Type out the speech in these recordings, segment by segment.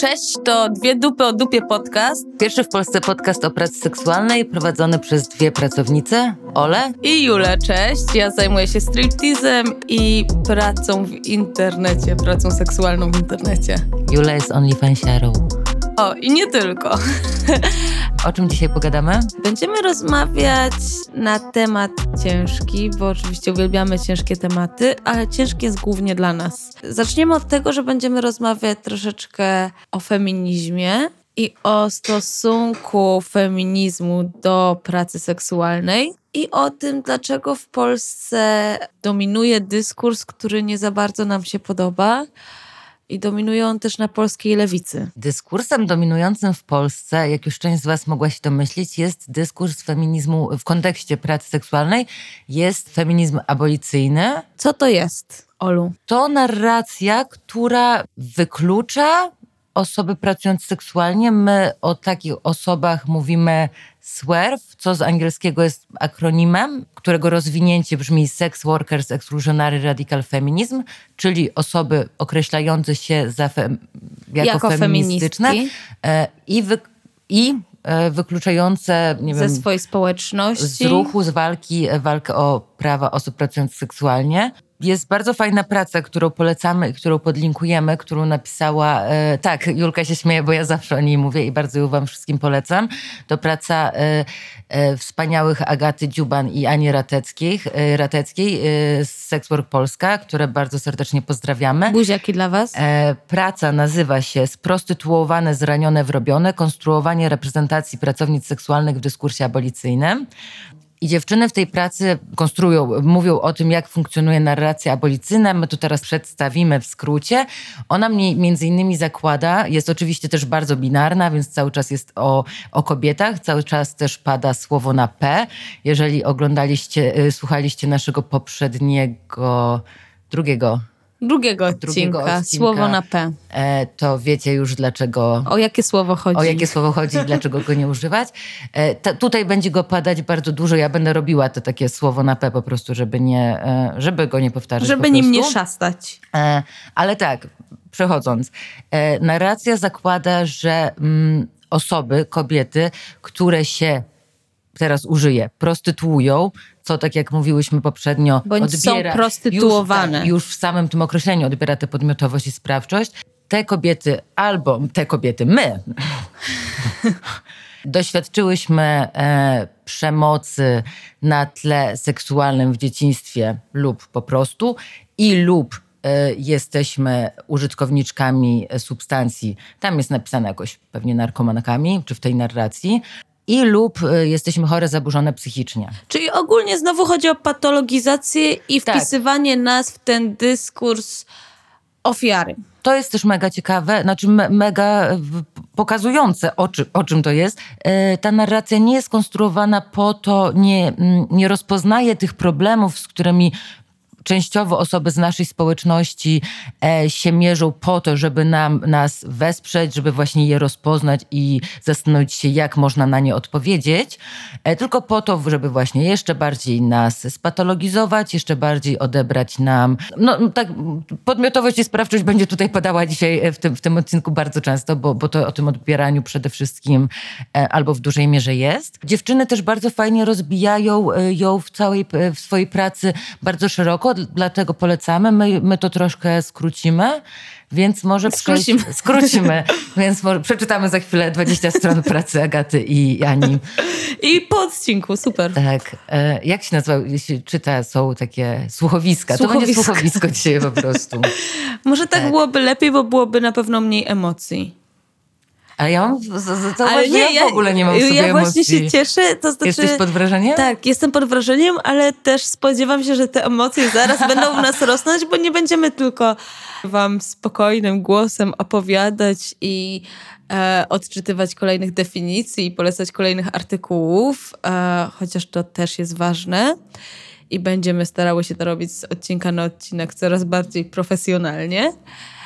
Cześć, to Dwie Dupy o Dupie podcast. Pierwszy w Polsce podcast o pracy seksualnej prowadzony przez dwie pracownice, Olę i Julę. Cześć, ja zajmuję się stripteasem i pracą w internecie, pracą seksualną w internecie. Jula jest OnlyFansiarą. O, i nie tylko. O czym dzisiaj pogadamy? Będziemy rozmawiać na temat ciężki, bo oczywiście uwielbiamy ciężkie tematy, ale ciężki jest głównie dla nas. Zaczniemy od tego, że będziemy rozmawiać troszeczkę o feminizmie i o stosunku feminizmu do pracy seksualnej i o tym, dlaczego w Polsce dominuje dyskurs, który nie za bardzo nam się podoba. I dominuje on też na polskiej lewicy. Dyskursem dominującym w Polsce, jak już część z was mogła się domyślić, jest dyskurs feminizmu w kontekście pracy seksualnej. Jest feminizm abolicyjny. Co to jest, Olu? To narracja, która wyklucza osoby pracujące seksualnie. My o takich osobach mówimy SWERF, co z angielskiego jest akronimem, którego rozwinięcie brzmi Sex Workers Exclusionary Radical Feminism, czyli osoby określające się jako feministyczne i wykluczające, nie wiem, ze swojej społeczności, z ruchu, z walkę o prawa osób pracujących seksualnie. Jest bardzo fajna praca, którą polecamy i którą podlinkujemy, którą napisała... tak, Julka się śmieje, bo ja zawsze o niej mówię i bardzo ją wam wszystkim polecam. To praca wspaniałych Agaty Dziuban i Ani Rateckiej z Sex Work Polska, które bardzo serdecznie pozdrawiamy. Buziaki dla was. Praca nazywa się Sprostytuowane, zranione, wrobione. Konstruowanie reprezentacji pracownic seksualnych w dyskursie abolicyjnym. I dziewczyny w tej pracy mówią o tym, jak funkcjonuje narracja abolicyjna. My to teraz przedstawimy w skrócie. Ona między innymi zakłada, jest oczywiście też bardzo binarna, więc cały czas jest o kobietach, cały czas też pada słowo na P. Jeżeli słuchaliście naszego poprzedniego, drugiego odcinka, słowo na P. To wiecie już dlaczego... O jakie słowo chodzi I dlaczego go nie używać. Tutaj będzie go padać bardzo dużo. Ja będę robiła to takie słowo na P po prostu, żeby go nie powtarzać. Żeby nim nie szastać. Ale tak, przechodząc. Narracja zakłada, że osoby, kobiety, które się, teraz użyję, prostytuują, co tak jak mówiłyśmy poprzednio, bądź odbiera, są prostytuowane. Już w samym tym określeniu odbiera tę podmiotowość i sprawczość. My doświadczyłyśmy przemocy na tle seksualnym w dzieciństwie lub po prostu lub jesteśmy użytkowniczkami substancji, tam jest napisane jakoś pewnie narkomankami, czy w tej narracji, lub jesteśmy chore, zaburzone psychicznie. Czyli ogólnie znowu chodzi o patologizację i wpisywanie nas w ten dyskurs ofiary. To jest też mega ciekawe, mega pokazujące, o czym to jest. Ta narracja nie jest konstruowana po to, nie rozpoznaje tych problemów, z którymi częściowo osoby z naszej społeczności się mierzą po to, żeby nas wesprzeć, żeby właśnie je rozpoznać i zastanowić się, jak można na nie odpowiedzieć, tylko po to, żeby właśnie jeszcze bardziej nas spatologizować, jeszcze bardziej odebrać nam... tak, podmiotowość i sprawczość będzie tutaj padała dzisiaj w tym odcinku bardzo często, bo to o tym odbieraniu przede wszystkim albo w dużej mierze jest. Dziewczyny też bardzo fajnie rozbijają ją w swojej pracy bardzo szeroko, dlatego polecamy. My to troszkę skrócimy, więc może skrócimy. Więc może przeczytamy za chwilę 20 stron pracy Agaty i Ani. I po odcinku, super. Tak. Jak się nazywa, jeśli czyta, są takie słuchowiska. To będzie słuchowisko dzisiaj po prostu. Może tak byłoby lepiej, bo byłoby na pewno mniej emocji. Ale ja mam ja w ogóle nie mam sobie emocji. Ja właśnie się cieszę. To znaczy, jesteś pod wrażeniem? Tak, jestem pod wrażeniem, ale też spodziewam się, że te emocje zaraz będą w nas rosnąć, bo nie będziemy tylko wam spokojnym głosem opowiadać i odczytywać kolejnych definicji i polecać kolejnych artykułów, chociaż to też jest ważne. I będziemy starały się to robić z odcinka na odcinek coraz bardziej profesjonalnie.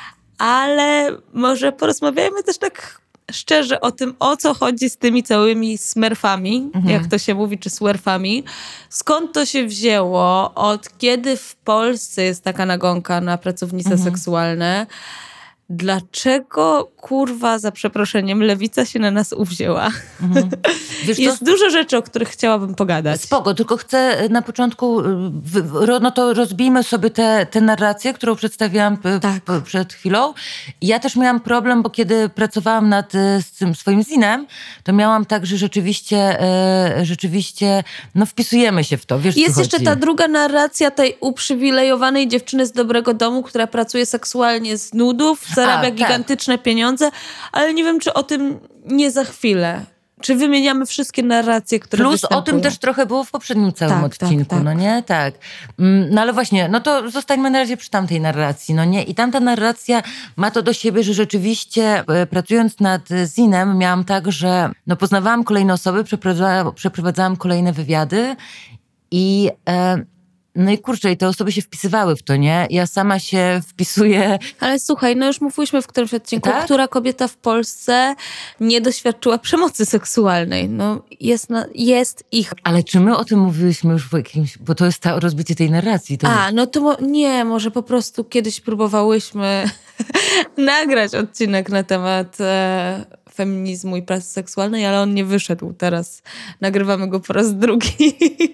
Ale może porozmawiajmy też tak szczerze o tym, o co chodzi z tymi całymi smurfami, jak to się mówi, czy swerfami. Skąd to się wzięło? Od kiedy w Polsce jest taka nagonka na pracownice seksualne? dlaczego, kurwa, za przeproszeniem, lewica się na nas uwzięła. Wiesz, Jest dużo rzeczy, o których chciałabym pogadać. Spoko, tylko chcę na początku, no to rozbijmy sobie tę narrację, którą przedstawiałam przed chwilą. Ja też miałam problem, bo kiedy pracowałam nad tym swoim zinem, to miałam tak, że rzeczywiście no wpisujemy się w to. Wiesz, jest jeszcze ta druga narracja tej uprzywilejowanej dziewczyny z dobrego domu, która pracuje seksualnie z nudów, zarabia gigantyczne pieniądze, ale nie wiem, czy o tym nie za chwilę. Czy wymieniamy wszystkie narracje, które Plus występują? o tym też trochę było w poprzednim całym odcinku, no nie? Tak. No ale właśnie, no to zostańmy na razie przy tamtej narracji, no nie? I tamta narracja ma to do siebie, że rzeczywiście pracując nad zinem miałam tak, że no poznawałam kolejne osoby, przeprowadzałam kolejne wywiady i... No i kurczę, i te osoby się wpisywały w to, nie? Ja sama się wpisuję... Ale słuchaj, no już mówiłyśmy w którymś odcinku, która kobieta w Polsce nie doświadczyła przemocy seksualnej. No jest ich. Ale czy my o tym mówiłyśmy już w jakimś... Bo to jest rozbicie tej narracji. No to nie, może po prostu kiedyś próbowałyśmy nagrać odcinek na temat feminizmu i pracy seksualnej, ale on nie wyszedł. Teraz nagrywamy go po raz drugi.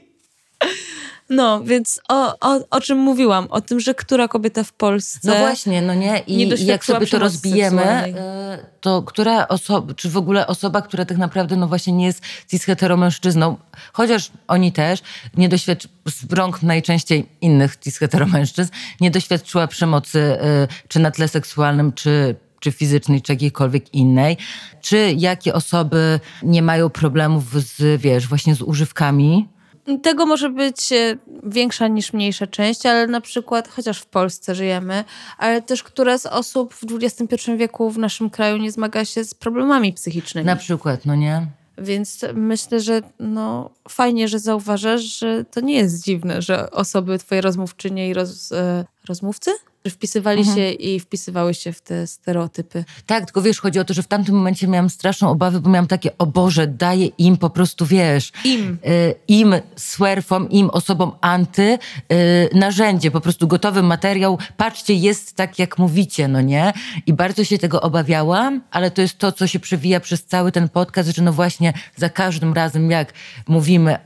No, więc o czym mówiłam? O tym, że która kobieta w Polsce... No właśnie, no nie? I jak sobie to rozbijemy, to która osoba, czy w ogóle osoba, która tak naprawdę no właśnie nie jest cis-heteromężczyzną, chociaż oni też, nie z rąk najczęściej innych cis-heteromężczyzn, nie doświadczyła przemocy czy na tle seksualnym, czy fizycznej, czy jakiejkolwiek innej. Czy jakie osoby nie mają problemów właśnie z używkami. Tego może być większa niż mniejsza część, ale na przykład, chociaż w Polsce żyjemy, ale też która z osób w XXI wieku w naszym kraju nie zmaga się z problemami psychicznymi. Na przykład, no nie? Więc myślę, że no fajnie, że zauważasz, że to nie jest dziwne, że osoby, twoje rozmówczynie i rozmówcy wpisywali się i wpisywały się w te stereotypy. Tak, tylko wiesz, chodzi o to, że w tamtym momencie miałam straszną obawę, bo miałam takie, o Boże, daję im po prostu, wiesz, im swerfom, im osobom anty narzędzie, po prostu gotowy materiał. Patrzcie, jest tak, jak mówicie, no nie? I bardzo się tego obawiałam, ale to jest to, co się przewija przez cały ten podcast, że no właśnie za każdym razem, jak mówimy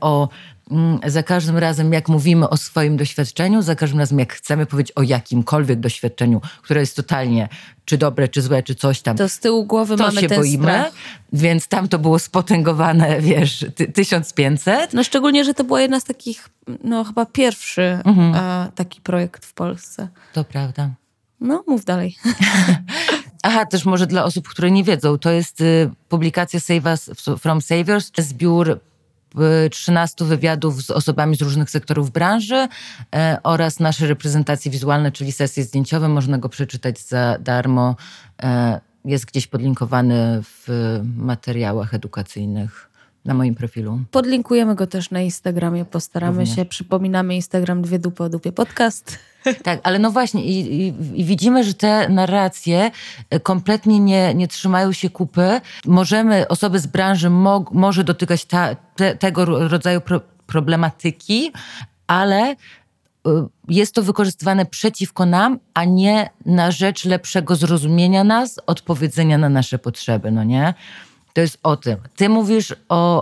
o swoim doświadczeniu, za każdym razem jak chcemy powiedzieć o jakimkolwiek doświadczeniu, które jest totalnie czy dobre, czy złe, czy coś tam. To z tyłu głowy to mamy się ten boimy, strach. Więc tam to było spotęgowane, wiesz, 1500. No szczególnie, że to była jedna z takich, no chyba pierwszy taki projekt w Polsce. To prawda. No, mów dalej. Aha, też może dla osób, które nie wiedzą, to jest publikacja Save Us from Saviors, zbiór 13 wywiadów z osobami z różnych sektorów branży oraz nasze reprezentacje wizualne, czyli sesje zdjęciowe. Można go przeczytać za darmo. Jest gdzieś podlinkowany w materiałach edukacyjnych na moim profilu. Podlinkujemy go też na Instagramie, postaramy się. Przypominamy Instagram Dwie Dupy o Dupie Podcast. Tak, ale no właśnie i widzimy, że te narracje kompletnie nie trzymają się kupy. Osoby z branży może dotykać tego rodzaju problematyki, ale jest to wykorzystywane przeciwko nam, a nie na rzecz lepszego zrozumienia nas, odpowiedzenia na nasze potrzeby, no nie? To jest o tym. Ty mówisz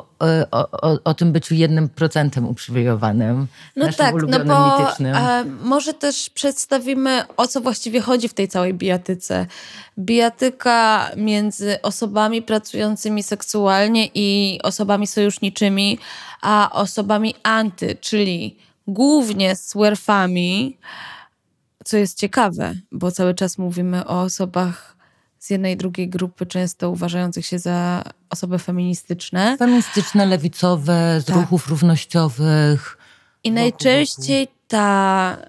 o tym byciu 1% uprzywilejowanym, naszym ulubionym, mitycznym. Może też przedstawimy, o co właściwie chodzi w tej całej bijatyce. Bijatyka między osobami pracującymi seksualnie i osobami sojuszniczymi, a osobami anty, czyli głównie swerfami, co jest ciekawe, bo cały czas mówimy o osobach z jednej i drugiej grupy, często uważających się za osoby feministyczne. Feministyczne, lewicowe, z ruchów równościowych. I najczęściej ta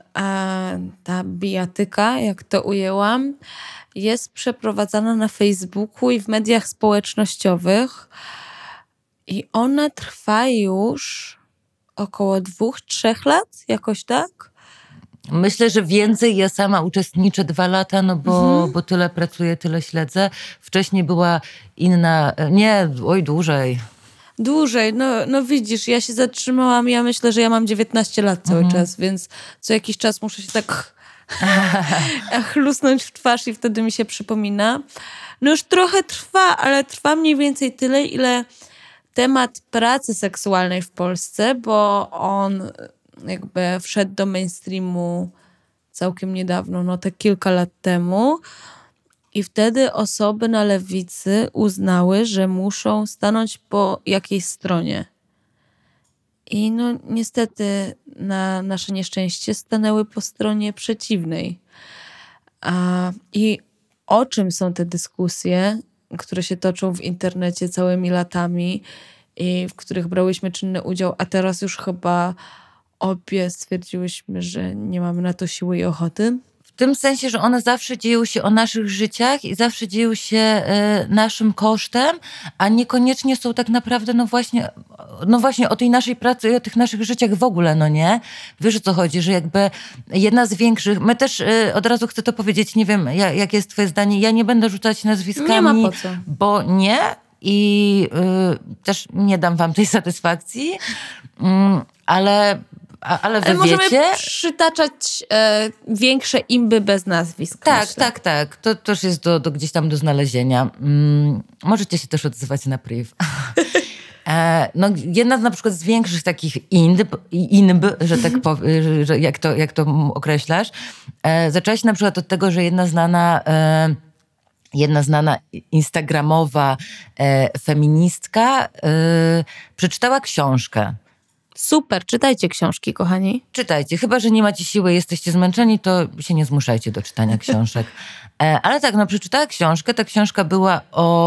bijatyka, jak to ujęłam, jest przeprowadzana na Facebooku i w mediach społecznościowych. I ona trwa już około 2-3 lat, jakoś tak? Myślę, że więcej. Ja sama uczestniczę 2 lata, no bo tyle pracuję, tyle śledzę. Wcześniej była inna, dłużej. Dłużej, no widzisz, ja się zatrzymałam, ja myślę, że ja mam 19 lat cały czas, więc co jakiś czas muszę się tak chlusnąć w twarz i wtedy mi się przypomina. No już trochę trwa, ale trwa mniej więcej tyle, ile temat pracy seksualnej w Polsce, bo on jakby wszedł do mainstreamu całkiem niedawno, no te kilka lat temu. I wtedy osoby na lewicy uznały, że muszą stanąć po jakiejś stronie. I no niestety na nasze nieszczęście stanęły po stronie przeciwnej. I o czym są te dyskusje, które się toczą w internecie całymi latami i w których brałyśmy czynny udział, a teraz już chyba obie stwierdziłyśmy, że nie mamy na to siły i ochoty? W tym sensie, że one zawsze dzieją się o naszych życiach i zawsze dzieją się naszym kosztem, a niekoniecznie są tak naprawdę no właśnie o tej naszej pracy i o tych naszych życiach w ogóle, no nie? Wiesz, o co chodzi, że jakby jedna z większych, my też od razu chcę to powiedzieć, nie wiem, jakie jest twoje zdanie, ja nie będę rzucać nazwiskami, nie ma po co. Bo nie i też nie dam wam tej satysfakcji, ale wy możemy wiecie... przytaczać większe imby bez nazwisk. Tak. To też jest gdzieś tam do znalezienia. Możecie się też odzywać na priv. No, jedna na przykład z większych takich inb, że tak powiem, że jak to określasz, zaczęła się na przykład od tego, że jedna znana instagramowa feministka przeczytała książkę. Super, czytajcie książki, kochani. Czytajcie, chyba że nie macie siły, jesteście zmęczeni, to się nie zmuszajcie do czytania książek. Ale tak, przeczytała książkę, ta książka była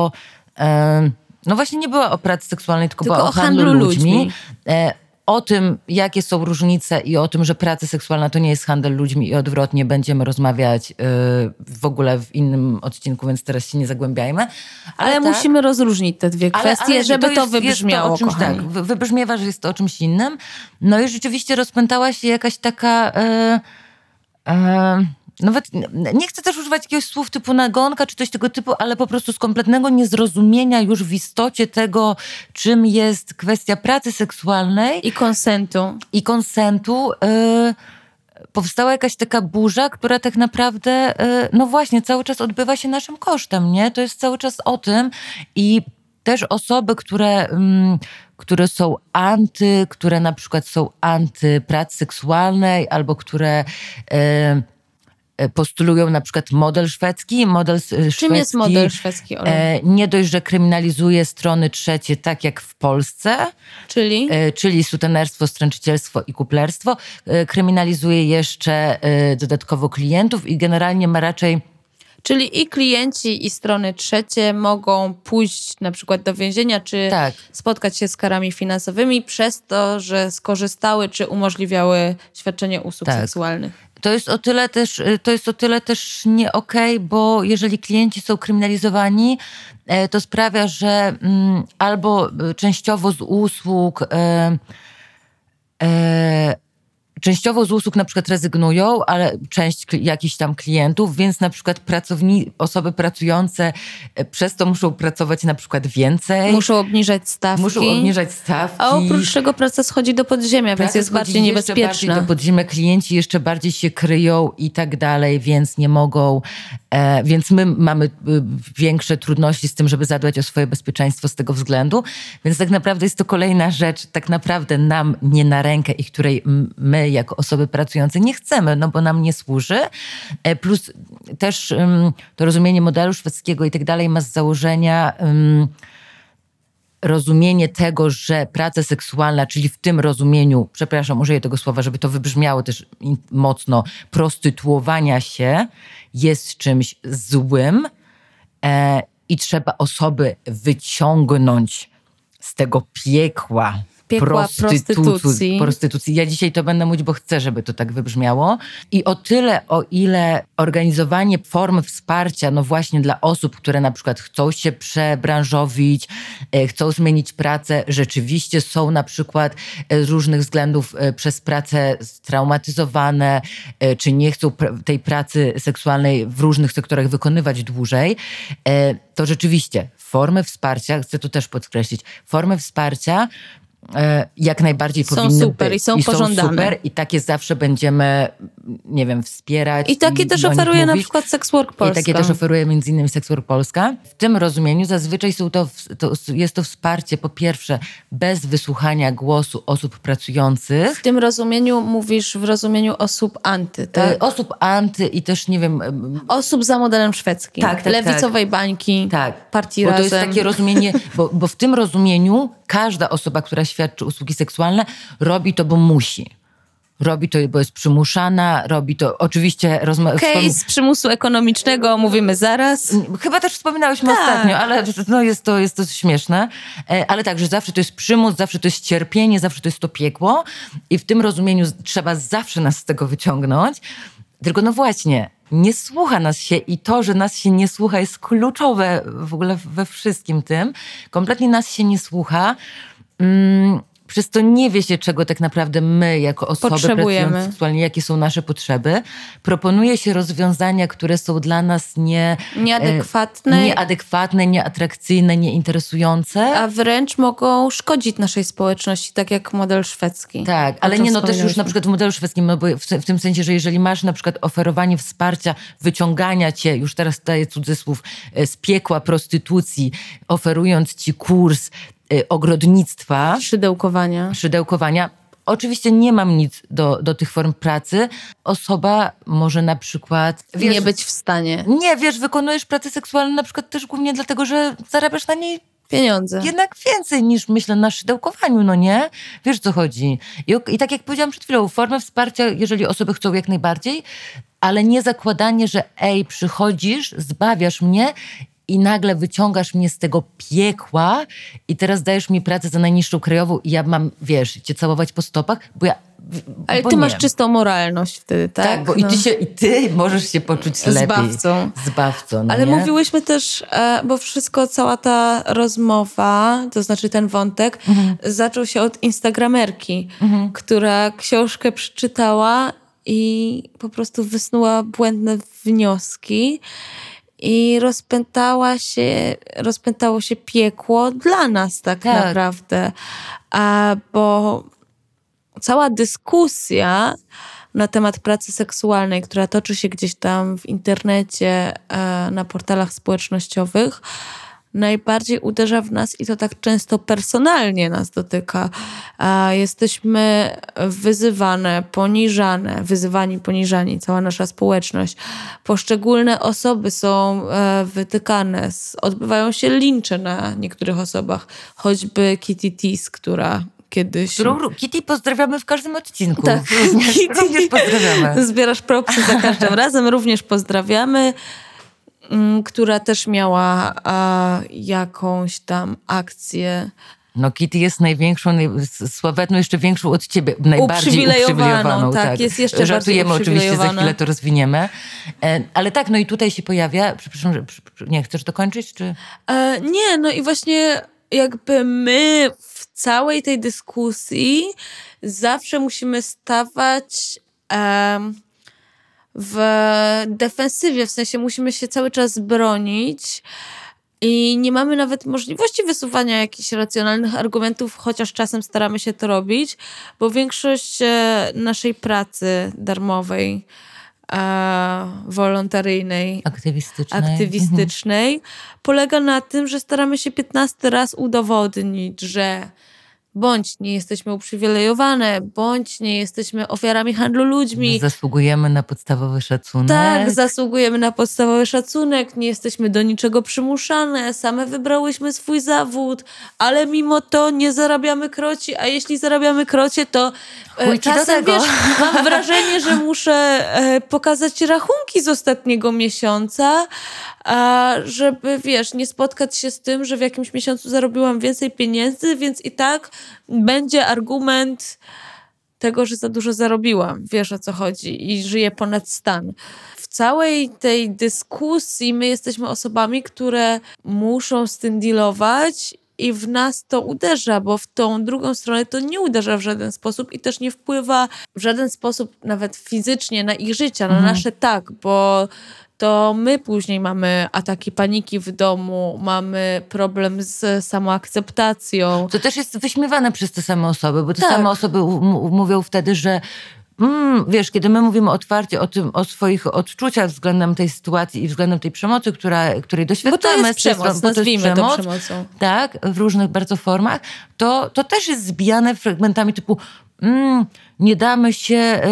no właśnie nie była o pracy seksualnej, tylko była o handlu ludźmi. O tym, jakie są różnice i o tym, że praca seksualna to nie jest handel ludźmi i odwrotnie będziemy rozmawiać w ogóle w innym odcinku, więc teraz się nie zagłębiajmy. Ale musimy rozróżnić te dwie kwestie, żeby to wybrzmiało, kochani. Tak, wybrzmiewa, że jest to o czymś innym. No i rzeczywiście rozpętała się jakaś taka... Nawet nie chcę też używać jakiegoś słów typu nagonka czy coś tego typu, ale po prostu z kompletnego niezrozumienia już w istocie tego, czym jest kwestia pracy seksualnej. I konsentu. Powstała jakaś taka burza, która tak naprawdę, no właśnie, cały czas odbywa się naszym kosztem, nie? To jest cały czas o tym i też osoby, które są które na przykład są anty pracy seksualnej albo które... postulują na przykład model szwedzki. Czym jest model szwedzki, Olu? Nie dość, że kryminalizuje strony trzecie, tak jak w Polsce. Czyli sutenerstwo, stręczycielstwo i kuplerstwo. Kryminalizuje jeszcze dodatkowo klientów i generalnie ma raczej... Czyli i klienci, i strony trzecie mogą pójść na przykład do więzienia, czy spotkać się z karami finansowymi przez to, że skorzystały, czy umożliwiały świadczenie usług seksualnych. To jest o tyle też nie okej, bo jeżeli klienci są kryminalizowani, to sprawia, że albo częściowo z usług na przykład rezygnują, ale część jakichś tam klientów, więc na przykład osoby pracujące przez to muszą pracować na przykład więcej. Muszą obniżać stawki. A oprócz tego praca schodzi do podziemia, więc jest bardziej niebezpieczna. Bardziej do podziemia, klienci jeszcze bardziej się kryją i tak dalej, więc nie mogą, więc my mamy większe trudności z tym, żeby zadbać o swoje bezpieczeństwo z tego względu, więc tak naprawdę jest to kolejna rzecz, tak naprawdę nam nie na rękę i której my jako osoby pracujące nie chcemy, no bo nam nie służy. Plus też to rozumienie modelu szwedzkiego i tak dalej ma z założenia rozumienie tego, że praca seksualna, czyli w tym rozumieniu, przepraszam, użyję tego słowa, żeby to wybrzmiało też mocno, prostytuowania się jest czymś złym i trzeba osoby wyciągnąć z tego piekła prostytucji. Ja dzisiaj to będę mówić, bo chcę, żeby to tak wybrzmiało. I o tyle, o ile organizowanie form wsparcia, no właśnie dla osób, które na przykład chcą się przebranżowić, chcą zmienić pracę, rzeczywiście są na przykład z różnych względów przez pracę straumatyzowane, czy nie chcą tej pracy seksualnej w różnych sektorach wykonywać dłużej, to rzeczywiście formy wsparcia, chcę to też podkreślić, formy wsparcia jak najbardziej są powinny super być. i są pożądane. Super i takie zawsze będziemy, nie wiem, wspierać. I takie też oferuje na przykład Sex Work Polska. I takie też oferuje między innymi Sex Work Polska. W tym rozumieniu zazwyczaj jest to wsparcie, po pierwsze, bez wysłuchania głosu osób pracujących. W tym rozumieniu mówisz w rozumieniu osób anty, tak? Osób anty i też, nie wiem... Osób za modelem szwedzkim. Tak, lewicowej bańki, partii bo Razem. To jest takie rozumienie, bo w tym rozumieniu każda osoba, która świadczy usługi seksualne, robi to, bo musi. Robi to, bo jest przymuszana, robi to oczywiście... Case przymusu ekonomicznego mówimy zaraz. Chyba też wspominałyśmy ostatnio, ale no jest to śmieszne. Ale tak, że zawsze to jest przymus, zawsze to jest cierpienie, zawsze to jest to piekło i w tym rozumieniu trzeba zawsze nas z tego wyciągnąć. Tylko no właśnie, nie słucha nas się i to, że nas się nie słucha jest kluczowe w ogóle we wszystkim tym. Kompletnie nas się nie słucha. Przez to nie wie się, czego tak naprawdę my, jako osoby pracujące seksualnie, jakie są nasze potrzeby. Proponuje się rozwiązania, które są dla nas nieadekwatne, nieatrakcyjne, nieinteresujące. A wręcz mogą szkodzić naszej społeczności, tak jak model szwedzki. Tak, ale też już na przykład w modelu szwedzkim, no bo w tym sensie, że jeżeli masz na przykład oferowanie wsparcia, wyciągania cię, już teraz daję cudzysłów, z piekła prostytucji, oferując ci kurs ogrodnictwa. Szydełkowania. Oczywiście nie mam nic do tych form pracy. Osoba może na przykład... nie być w stanie. Nie, wykonujesz pracę seksualną na przykład też głównie dlatego, że zarabiasz na niej pieniądze. Jednak więcej niż, myślę, na szydełkowaniu, no nie? Wiesz, co chodzi. I tak jak powiedziałam przed chwilą, formę wsparcia, jeżeli osoby chcą, jak najbardziej, ale nie zakładanie, że przychodzisz, zbawiasz mnie i nagle wyciągasz mnie z tego piekła i teraz dajesz mi pracę za najniższą krajową i ja mam, cię całować po stopach, ale ty masz czystą moralność wtedy, tak? Tak, bo i ty możesz się poczuć lepiej. Zbawcą. No ale nie? mówiłyśmy też, bo cała ta rozmowa, to znaczy ten wątek, zaczął się od instagramerki, która książkę przeczytała i po prostu wysnuła błędne wnioski. I rozpętało się piekło dla nas tak naprawdę. Bo cała dyskusja na temat pracy seksualnej, która toczy się gdzieś tam w internecie, na portalach społecznościowych, najbardziej uderza w nas i to tak często personalnie nas dotyka. Jesteśmy wyzywane, poniżani, cała nasza społeczność. Poszczególne osoby są wytykane, odbywają się lincze na niektórych osobach. Choćby Kitty Tis, która kiedyś... Kitty pozdrawiamy w każdym odcinku. Tak. Również pozdrawiamy. Zbierasz propsy za każdym razem, również pozdrawiamy. Która też miała jakąś tam akcję. No Kitty jest największą, sławetną, jeszcze większą od ciebie, najbardziej uprzywilejowaną. Tak, jest jeszcze żartujemy bardziej oczywiście, za chwilę to rozwiniemy. Ale tak, no i tutaj się pojawia, przepraszam, nie, chcesz dokończyć, czy? Nie, no i właśnie jakby my w całej tej dyskusji zawsze musimy stawać... w defensywie, w sensie musimy się cały czas bronić i nie mamy nawet możliwości wysuwania jakichś racjonalnych argumentów, chociaż czasem staramy się to robić, bo większość naszej pracy darmowej, wolontaryjnej, aktywistycznej polega na tym, że staramy się 15 raz udowodnić, że bądź nie jesteśmy uprzywilejowane, bądź nie jesteśmy ofiarami handlu ludźmi. Zasługujemy na podstawowy szacunek. Tak, zasługujemy na podstawowy szacunek, nie jesteśmy do niczego przymuszane, same wybrałyśmy swój zawód, ale mimo to nie zarabiamy kroci, a jeśli zarabiamy krocie, to czasem, mam wrażenie, że muszę pokazać rachunki z ostatniego miesiąca, żeby, nie spotkać się z tym, że w jakimś miesiącu zarobiłam więcej pieniędzy, więc i tak będzie argument tego, że za dużo zarobiłam. Wiesz, o co chodzi i żyję ponad stan. W całej tej dyskusji my jesteśmy osobami, które muszą z tym dealować i w nas to uderza, bo w tą drugą stronę to nie uderza w żaden sposób i też nie wpływa w żaden sposób nawet fizycznie na ich życie, na nasze bo to my później mamy ataki paniki w domu, mamy problem z samoakceptacją. To też jest wyśmiewane przez te same osoby, bo te Tak. same osoby mówią wtedy, że wiesz, kiedy my mówimy otwarcie o swoich odczuciach względem tej sytuacji i względem tej przemocy, której doświadczamy. Bo to jest przemoc, nazwijmy to przemocą. Tak, w różnych bardzo formach. To też jest zbijane fragmentami typu nie damy się...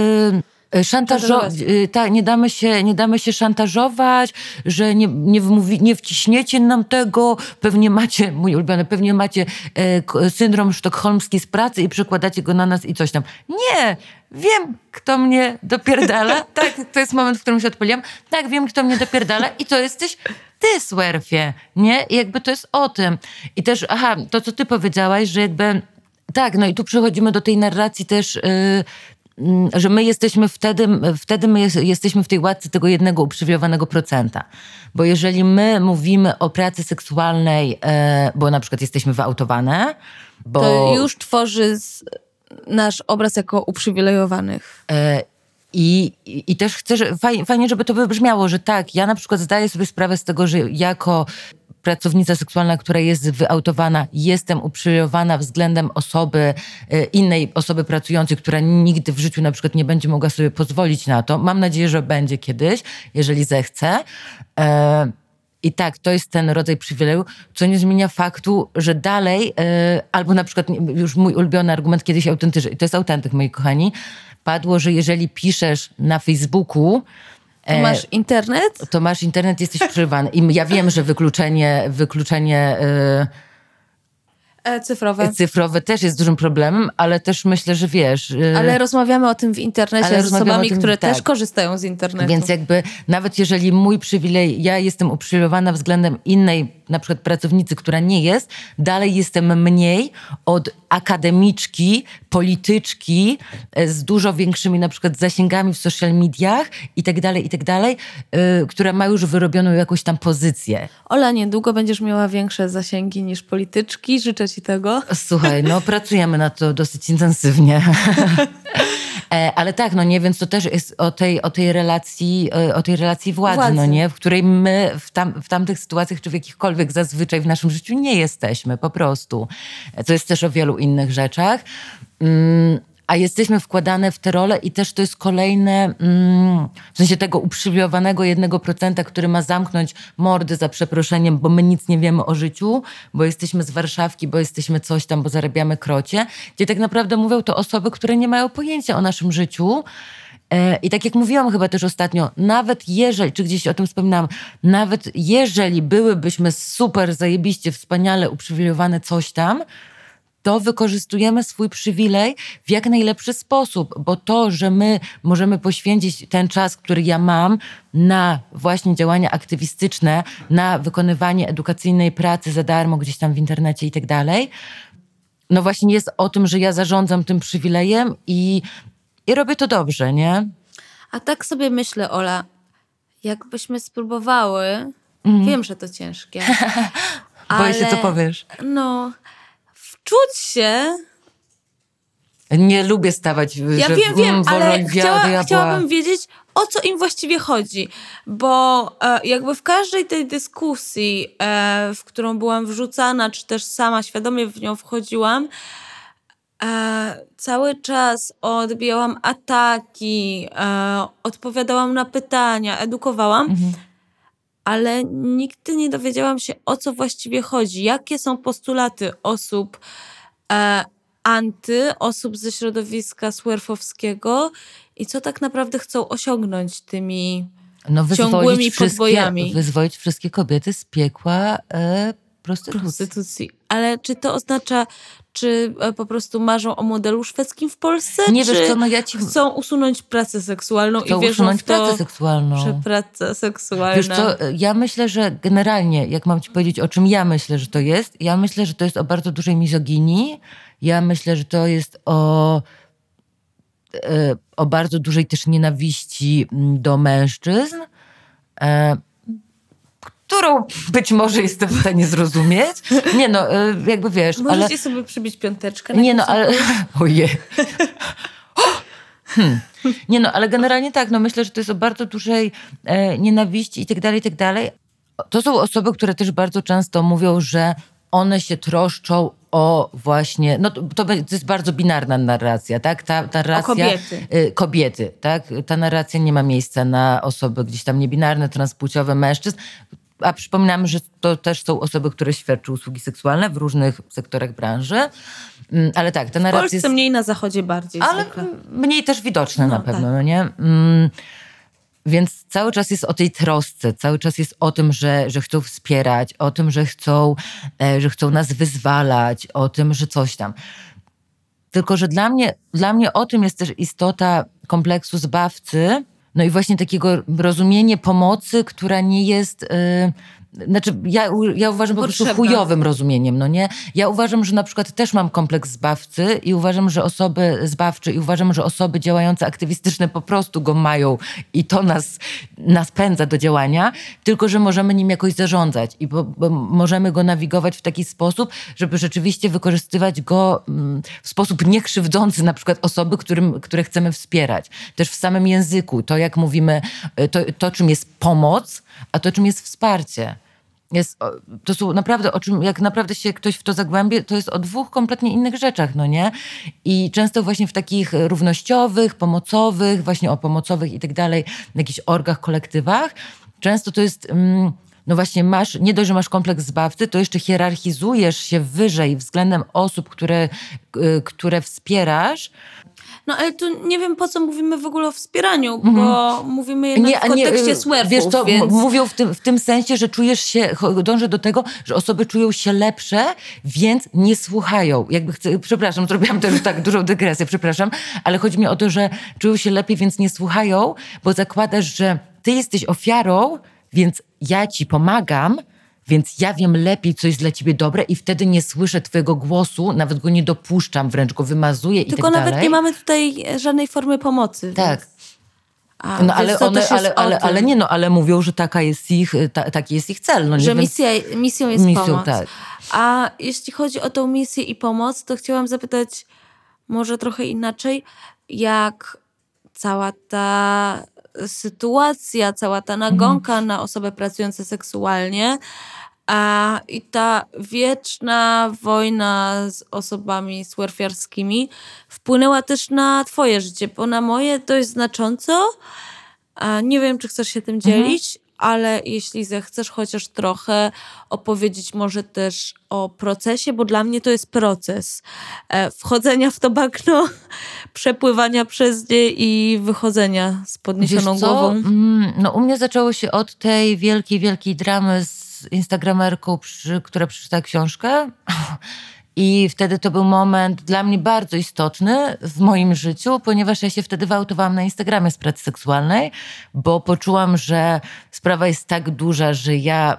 nie damy się szantażować, że nie wciśniecie nam tego, pewnie macie, mój ulubiony, pewnie macie syndrom sztokholmski z pracy i przekładacie go na nas i coś tam. Nie! Wiem, kto mnie dopierdala. Tak, to jest moment, w którym się odpaliłam. Tak, wiem, kto mnie dopierdala i to jesteś ty, Swerfie, nie? I jakby to jest o tym. I też, to co ty powiedziałaś, że jakby... Tak, no i tu przechodzimy do tej narracji też... że my jesteśmy jesteśmy w tej łatce tego 1 uprzywilejowanego procenta. Bo jeżeli my mówimy o pracy seksualnej, bo na przykład jesteśmy wyautowane, bo... To już tworzy nasz obraz jako uprzywilejowanych. I też chcę, że fajnie, żeby to wybrzmiało, że tak, ja na przykład zdaję sobie sprawę z tego, że jako pracownica seksualna, która jest wyautowana, jestem uprzywilejowana względem innej osoby pracującej, która nigdy w życiu na przykład nie będzie mogła sobie pozwolić na to. Mam nadzieję, że będzie kiedyś, jeżeli zechce. I tak, to jest ten rodzaj przywileju, co nie zmienia faktu, że dalej, albo na przykład już mój ulubiony argument kiedyś autentyczny, to jest autentyk, moi kochani, padło, że jeżeli piszesz na Facebooku, to masz internet? To masz internet, jesteś przerwany. I ja wiem, że wykluczenie cyfrowe też jest dużym problemem, ale też myślę, że wiesz... Ale rozmawiamy o tym w internecie z osobami, które też korzystają z internetu. Więc jakby nawet jeżeli mój przywilej, ja jestem uprzywilejowana względem innej na przykład pracownicy, która nie jest, dalej jestem mniej od akademiczki, polityczki z dużo większymi na przykład zasięgami w social mediach i tak dalej, która ma już wyrobioną jakąś tam pozycję. Ola, niedługo będziesz miała większe zasięgi niż polityczki. Życzę ci tego. Słuchaj, pracujemy nad to dosyć intensywnie. Ale tak, więc to też jest o tej relacji władzy, nie? W której my w tamtych sytuacjach, czy w jakichkolwiek zazwyczaj w naszym życiu nie jesteśmy, po prostu. To jest też o wielu innych rzeczach. A jesteśmy wkładane w te role i też to jest kolejne, w sensie tego uprzywilejowanego 1%, który ma zamknąć mordy za przeproszeniem, bo my nic nie wiemy o życiu, bo jesteśmy z Warszawki, bo jesteśmy coś tam, bo zarabiamy krocie, gdzie tak naprawdę mówią to osoby, które nie mają pojęcia o naszym życiu. I tak jak mówiłam chyba też ostatnio, nawet jeżeli, czy gdzieś o tym wspominałam, nawet jeżeli byłybyśmy super, zajebiście, wspaniale uprzywilejowane coś tam, to wykorzystujemy swój przywilej w jak najlepszy sposób, bo to, że my możemy poświęcić ten czas, który ja mam na właśnie działania aktywistyczne, na wykonywanie edukacyjnej pracy za darmo gdzieś tam w internecie i tak dalej, właśnie jest o tym, że ja zarządzam tym przywilejem i robię to dobrze, nie? A tak sobie myślę, Ola, jakbyśmy spróbowały, wiem, że to ciężkie, Boję się, co powiesz. Wczuć się. Nie lubię stawać, ja że wiem, ale chciałabym wiedzieć, o co im właściwie chodzi. Bo jakby w każdej tej dyskusji, w którą byłam wrzucana, czy też sama świadomie w nią wchodziłam, cały czas odbijałam ataki, odpowiadałam na pytania, edukowałam, ale nigdy nie dowiedziałam się, o co właściwie chodzi. Jakie są postulaty osób osób ze środowiska swerfowskiego i co tak naprawdę chcą osiągnąć tymi ciągłymi podbojami. Wyzwolić wszystkie kobiety z piekła prostytucji. Ale czy to oznacza, czy po prostu marzą o modelu szwedzkim w Polsce? Nie, czy wiesz co, chcą usunąć pracę seksualną i wierzą w to, pracę seksualną. że praca seksualna... Wiesz co, ja myślę, że generalnie, jak mam ci powiedzieć, o czym ja myślę, że to jest, ja myślę, że to jest o bardzo dużej mizoginii. Ja myślę, że to jest o bardzo dużej też nienawiści do mężczyzn, którą być może jestem w stanie zrozumieć. Nie wiesz... Możecie sobie przybić piąteczkę. Ale... Ojej. Nie no, ale generalnie tak, no myślę, że to jest o bardzo dużej nienawiści i tak dalej, i tak dalej. To są osoby, które też bardzo często mówią, że one się troszczą o właśnie, no to jest bardzo binarna narracja, tak? Ta narracja, o kobiety. Kobiety, tak? Ta narracja nie ma miejsca na osoby gdzieś tam niebinarne, transpłciowe, mężczyzn. A przypominam, że to też są osoby, które świadczą usługi seksualne w różnych sektorach branży. Ale tak, ta narracja w Polsce jest... mniej, na Zachodzie bardziej. Ale zwykle. mniej też widoczne na pewno, tak. no nie? Więc cały czas jest o tej trosce, cały czas jest o tym, że chcą wspierać, o tym, że chcą nas wyzwalać, o tym, że coś tam. Tylko, że dla mnie o tym jest też istota kompleksu zbawcy, no i właśnie takiego rozumienie pomocy, która nie jest... Znaczy, ja uważam po prostu chujowym rozumieniem, no nie? Ja uważam, że na przykład też mam kompleks zbawcy i uważam, że osoby zbawcze i uważam, że osoby działające aktywistyczne po prostu go mają i to nas pędza do działania, tylko że możemy nim jakoś zarządzać i bo możemy go nawigować w taki sposób, żeby rzeczywiście wykorzystywać go w sposób niekrzywdzący na przykład osoby, które chcemy wspierać. Też w samym języku, to jak mówimy, to czym jest pomoc, a to czym jest wsparcie. To są naprawdę, jak naprawdę się ktoś w to zagłębie, to jest o dwóch kompletnie innych rzeczach, no nie? I często właśnie w takich równościowych, pomocowych, właśnie o pomocowych i tak dalej, w jakichś orgach, kolektywach, często to jest, no właśnie nie dość, że masz kompleks zbawcy, to jeszcze hierarchizujesz się wyżej względem osób, które wspierasz. No ale tu nie wiem, po co mówimy w ogóle o wspieraniu, bo mówimy jednak w kontekście swerfów. Wiesz co, więc... mówią w tym sensie, że czujesz się, dążę do tego, że osoby czują się lepsze, więc nie słuchają. Przepraszam, zrobiłam też tak dużą dygresję, przepraszam, ale chodzi mi o to, że czują się lepiej, więc nie słuchają, bo zakładasz, że ty jesteś ofiarą, więc ja ci pomagam, więc ja wiem lepiej, co jest dla ciebie dobre i wtedy nie słyszę twojego głosu, nawet go nie dopuszczam, wręcz go wymazuję i tak dalej. Tylko nawet nie mamy tutaj żadnej formy pomocy. Tak. Więc... No ale mówią, że taki jest ich cel. No nie, że misją jest pomoc. Tak. A jeśli chodzi o tą misję i pomoc, to chciałam zapytać może trochę inaczej, jak cała ta sytuacja, cała ta nagonka na osobę pracującą seksualnie i ta wieczna wojna z osobami swerfiarskimi wpłynęła też na twoje życie, bo na moje dość znacząco. Nie wiem, czy chcesz się tym dzielić, ale jeśli zechcesz chociaż trochę opowiedzieć może też o procesie, bo dla mnie to jest proces wchodzenia w to bagno, przepływania przez nie i wychodzenia z podniesioną głową. No u mnie zaczęło się od tej wielkiej, wielkiej dramy z instagramerką, która przeczytała książkę. I wtedy to był moment dla mnie bardzo istotny w moim życiu, ponieważ ja się wtedy wyautowałam na Instagramie z pracy seksualnej, bo poczułam, że sprawa jest tak duża, że ja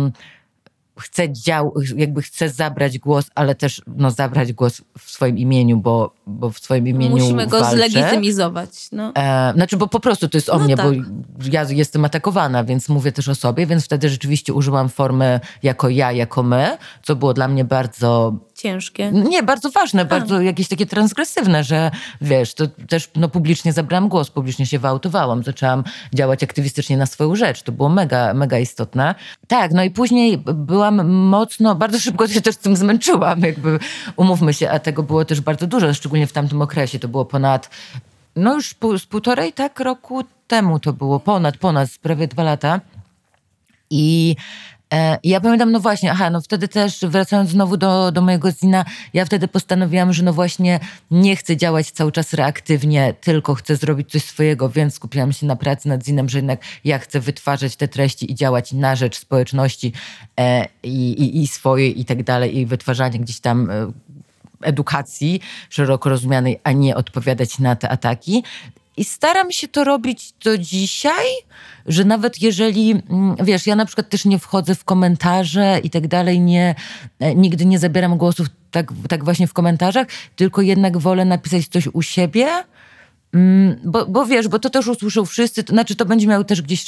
chcę zabrać głos, ale też zabrać głos w swoim imieniu, bo w swoim imieniu musimy go walczę. zlegitymizować. No. Bo po prostu to jest o mnie, tak. Bo ja jestem atakowana, więc mówię też o sobie, więc wtedy rzeczywiście użyłam formy jako my, co było dla mnie bardzo... ciężkie. Nie, bardzo ważne, bardzo jakieś takie transgresywne, że wiesz, to też publicznie zabrałam głos, publicznie się wyautowałam, zaczęłam działać aktywistycznie na swoją rzecz. To było mega, mega istotne. Tak, no i później byłam bardzo szybko się też z tym zmęczyłam, umówmy się, a tego było też bardzo dużo, szczególnie w tamtym okresie. To było ponad, już z półtorej roku temu to było, ponad prawie 2 lata. I ja pamiętam, wtedy też wracając znowu do mojego zina, ja wtedy postanowiłam, że właśnie nie chcę działać cały czas reaktywnie, tylko chcę zrobić coś swojego, więc skupiłam się na pracy nad zinem, że jednak ja chcę wytwarzać te treści i działać na rzecz społeczności i swojej i tak dalej, i wytwarzanie gdzieś tam edukacji szeroko rozumianej, a nie odpowiadać na te ataki. I staram się to robić do dzisiaj, że nawet jeżeli, wiesz, ja na przykład też nie wchodzę w komentarze i tak dalej, nigdy nie zabieram głosów tak właśnie w komentarzach, tylko jednak wolę napisać coś u siebie Bo wiesz, bo to też usłyszą wszyscy, to znaczy to będzie miało też gdzieś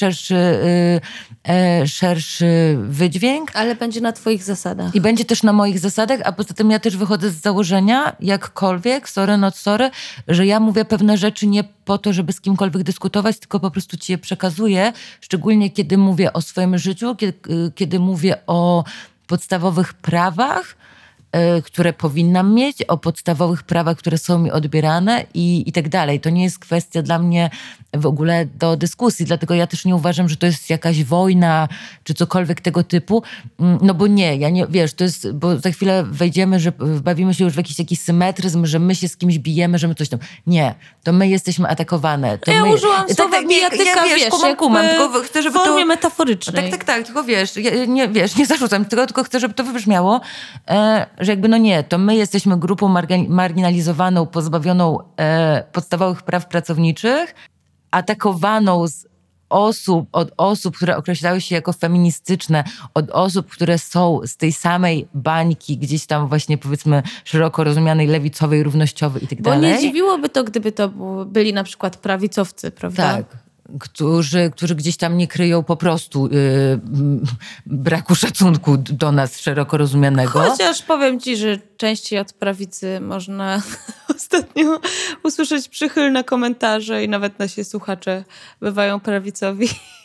szerszy wydźwięk. Ale będzie na twoich zasadach. I będzie też na moich zasadach, a poza tym ja też wychodzę z założenia, jakkolwiek, sorry, not sorry, że ja mówię pewne rzeczy nie po to, żeby z kimkolwiek dyskutować, tylko po prostu ci je przekazuję, szczególnie kiedy mówię o swoim życiu, kiedy mówię o podstawowych prawach, które powinnam mieć, o podstawowych prawach, które są mi odbierane i tak dalej. To nie jest kwestia dla mnie w ogóle do dyskusji, dlatego ja też nie uważam, że to jest jakaś wojna, czy cokolwiek tego typu, no bo nie, ja nie, wiesz, to jest, bo za chwilę wejdziemy, że bawimy się już w jakiś taki symetryzm, że my się z kimś bijemy, że my coś tam. Nie, to my jesteśmy atakowane. To ja my, użyłam słowa bijatyka, wiesz, kumam, tylko chcę, żeby w formie to metaforycznej. Tak, tylko wiesz, nie zarzucam tego, tylko chcę, żeby to wybrzmiało, że jakby no nie, to my jesteśmy grupą marginalizowaną, pozbawioną podstawowych praw pracowniczych, atakowaną od osób, które określały się jako feministyczne, od osób, które są z tej samej bańki, gdzieś tam właśnie powiedzmy szeroko rozumianej lewicowej, równościowej i tak dalej. Bo nie dziwiłoby to, gdyby to byli na przykład prawicowcy, prawda? Tak. Którzy gdzieś tam nie kryją po prostu braku szacunku do nas szeroko rozumianego. Chociaż powiem ci, że częściej od prawicy można ostatnio usłyszeć przychylne komentarze i nawet nasi słuchacze bywają prawicowi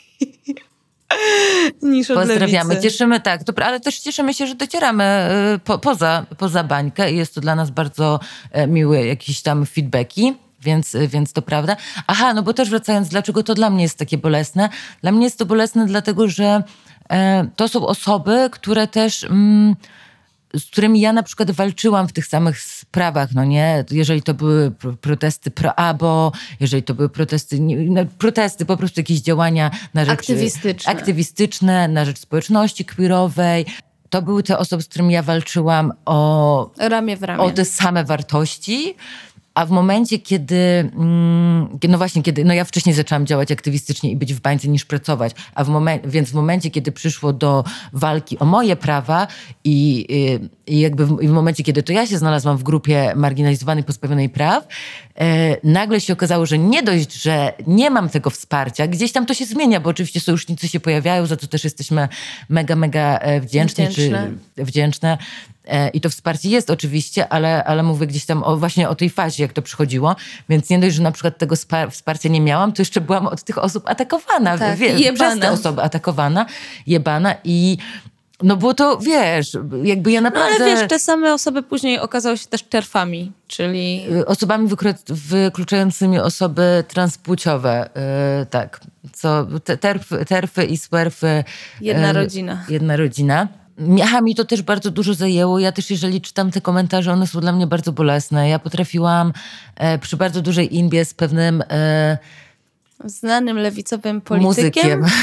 niż od Pozdrawiamy, lewicy. cieszymy, tak, ale też cieszymy się, że docieramy poza bańkę i jest to dla nas bardzo miłe jakieś tam feedbacki. Więc to prawda. Aha, no bo też wracając, dlaczego to dla mnie jest takie bolesne? Dla mnie jest to bolesne dlatego, że to są osoby, które też, z którymi ja na przykład walczyłam w tych samych sprawach, no nie? Jeżeli to były protesty pro-abo, jeżeli to były protesty, po prostu jakieś działania na rzecz aktywistyczne, na rzecz społeczności queerowej. To były te osoby, z którymi ja walczyłam ramię w ramię. o te same wartości. A w momencie, kiedy ja wcześniej zaczęłam działać aktywistycznie i być w bańce niż pracować, więc w momencie, kiedy przyszło do walki o moje prawa i jakby w momencie, kiedy to ja się znalazłam w grupie marginalizowanej, pozbawionej praw, nagle się okazało, że nie dość, że nie mam tego wsparcia, gdzieś tam to się zmienia, bo oczywiście sojusznicy się pojawiają, za co też jesteśmy mega, mega wdzięczne. I to wsparcie jest oczywiście, ale mówię gdzieś tam właśnie o tej fazie, jak to przychodziło. Więc nie dość, że na przykład tego wsparcia nie miałam, to jeszcze byłam od tych osób atakowana. Tak, przez te osoby atakowana, jebana i no było to, wiesz, jakby ja naprawdę... No ale wiesz, te same osoby później okazały się też terfami, czyli... Osobami wykluczającymi osoby transpłciowe, tak. Terfy i swerfy. Jedna rodzina. Mi to też bardzo dużo zajęło. Ja też, jeżeli czytam te komentarze, one są dla mnie bardzo bolesne. Ja potrafiłam przy bardzo dużej imbie z pewnym... znanym lewicowym politykiem. Muzykiem.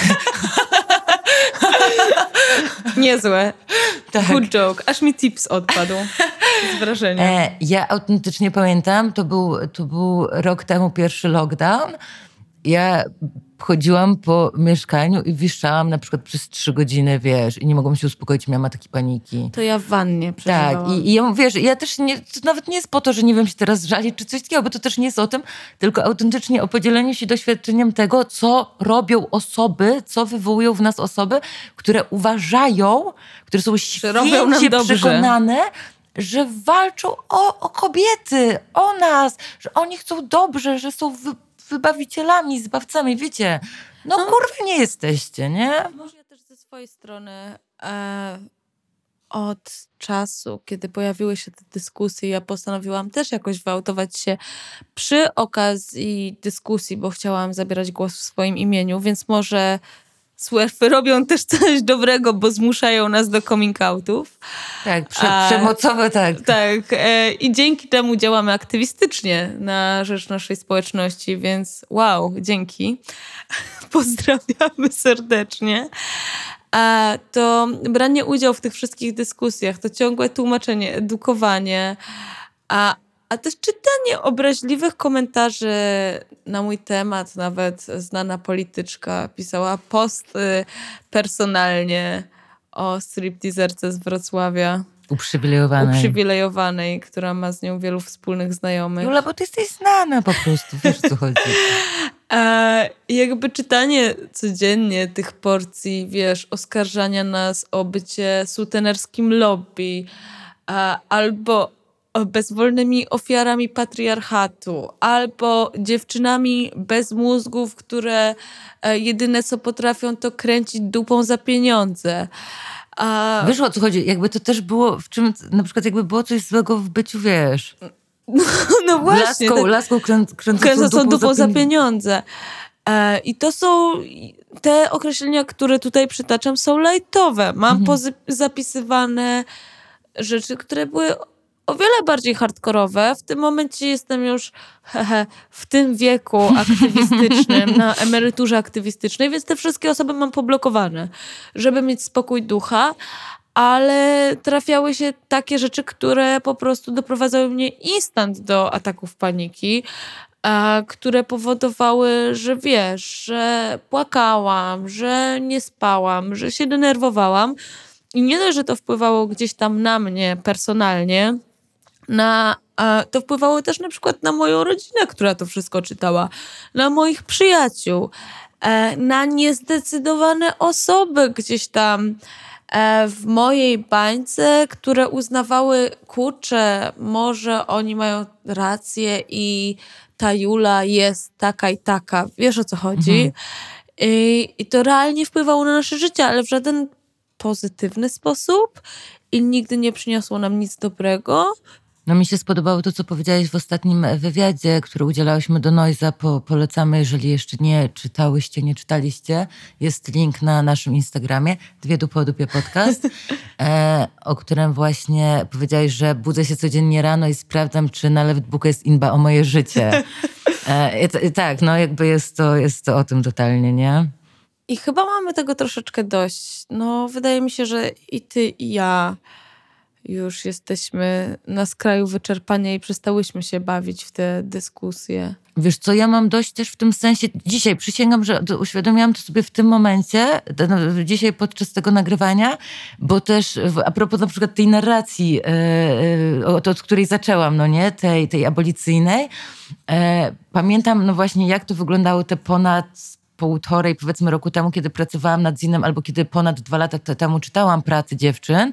Niezłe. Tak. Good joke. Aż mi tips odpadł z wrażenia. Ja autentycznie pamiętam, to był rok temu pierwszy lockdown. Ja chodziłam po mieszkaniu i wiszczałam na przykład przez 3 godziny, wiesz, i nie mogłam się uspokoić, miałam ataki paniki. To ja w wannie przeżywałam. Tak, i ja, wiesz, ja też nie, to nawet nie jest po to, że nie wiem się teraz żalić czy coś takiego, bo to też nie jest o tym, tylko autentycznie o podzieleniu się doświadczeniem tego, co robią osoby, co wywołują w nas osoby, które uważają, które są święcie przekonane, że walczą o kobiety, o nas, że oni chcą dobrze, że są wybawicielami, zbawcami, wiecie. No kurwa nie jesteście, nie? Może ja też ze swojej strony od czasu, kiedy pojawiły się te dyskusje, ja postanowiłam też jakoś wyautować się przy okazji dyskusji, bo chciałam zabierać głos w swoim imieniu, więc może swerfy robią też coś dobrego, bo zmuszają nas do coming outów. Tak, przemocowe, tak. Tak, i dzięki temu działamy aktywistycznie na rzecz naszej społeczności, więc wow, dzięki. Pozdrawiamy serdecznie. A to branie udziału w tych wszystkich dyskusjach, to ciągłe tłumaczenie, edukowanie, a też czytanie obraźliwych komentarzy na mój temat. Nawet znana polityczka pisała post personalnie o stripteaserce z Wrocławia. uprzywilejowanej, która ma z nią wielu wspólnych znajomych. Jula, bo ty jesteś znana po prostu, wiesz o co chodzi. Jakby czytanie codziennie tych porcji, wiesz, oskarżania nas o bycie sutenerskim lobby, albo bezwolnymi ofiarami patriarchatu, albo dziewczynami bez mózgów, które jedyne co potrafią to kręcić dupą za pieniądze. Wiesz o co chodzi? Jakby to też było w czym, na przykład jakby było coś złego w byciu, wiesz... No właśnie. Laską kręcącą dupą za pieniądze. I to są te określenia, które tutaj przytaczam, są lajtowe. Mam zapisywane rzeczy, które były o wiele bardziej hardkorowe. W tym momencie jestem już w tym wieku aktywistycznym, na emeryturze aktywistycznej, więc te wszystkie osoby mam poblokowane, żeby mieć spokój ducha. Ale trafiały się takie rzeczy, które po prostu doprowadzały mnie instant do ataków paniki, które powodowały, że wiesz, że płakałam, że nie spałam, że się denerwowałam. I nie dość, że to wpływało gdzieś tam na mnie personalnie, to wpływało też na przykład na moją rodzinę, która to wszystko czytała, na moich przyjaciół, na niezdecydowane osoby gdzieś tam w mojej bańce, które uznawały, kurczę, może oni mają rację i ta Jula jest taka i taka. Wiesz o co chodzi? I to realnie wpływało na nasze życie, ale w żaden pozytywny sposób i nigdy nie przyniosło nam nic dobrego. No mi się spodobało to, co powiedziałeś w ostatnim wywiadzie, który udzielałyśmy do Noiza. Polecamy, jeżeli jeszcze nie czytałyście, nie czytaliście. Jest link na naszym Instagramie, Dwie dupy o dupie podcast, o którym właśnie powiedziałeś, że budzę się codziennie rano i sprawdzam, czy na Levitbooku jest inba o moje życie. Tak, no jakby jest to o tym totalnie, nie? I chyba mamy tego troszeczkę dość. No wydaje mi się, że i ty, i ja już jesteśmy na skraju wyczerpania i przestałyśmy się bawić w te dyskusje. Wiesz co, ja mam dość też w tym sensie, dzisiaj przysięgam, że uświadomiłam to sobie w tym momencie, dzisiaj podczas tego nagrywania, bo też a propos na przykład tej narracji, od której zaczęłam, no nie, tej abolicyjnej, pamiętam no właśnie jak to wyglądało te ponad półtorej, powiedzmy roku temu, kiedy pracowałam nad Zinem, albo kiedy ponad 2 lata temu czytałam Pracy dziewczyn.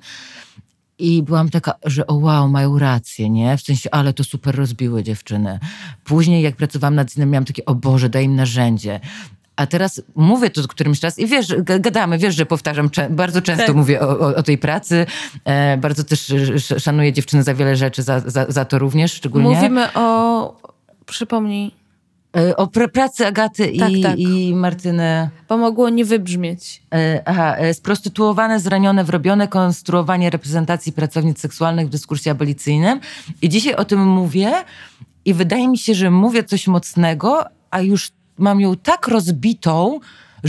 I byłam taka, że o wow, mają rację, nie? W sensie, ale to super rozbiły dziewczyny. Później jak pracowałam nad Zinem, miałam takie, o Boże, daj im narzędzie. A teraz mówię to którymś raz i wiesz, gadamy, wiesz, że powtarzam, bardzo często mówię o tej pracy. Bardzo też szanuję dziewczyny za wiele rzeczy, za to również szczególnie. Mówimy przypomnij. O pracy Agaty i Martyny. Pomogło nie wybrzmieć. Sprostytuowane, zranione, wrobione, konstruowanie reprezentacji pracownic seksualnych w dyskursie abolicyjnym. I dzisiaj o tym mówię i wydaje mi się, że mówię coś mocnego, a już mam ją tak rozbitą,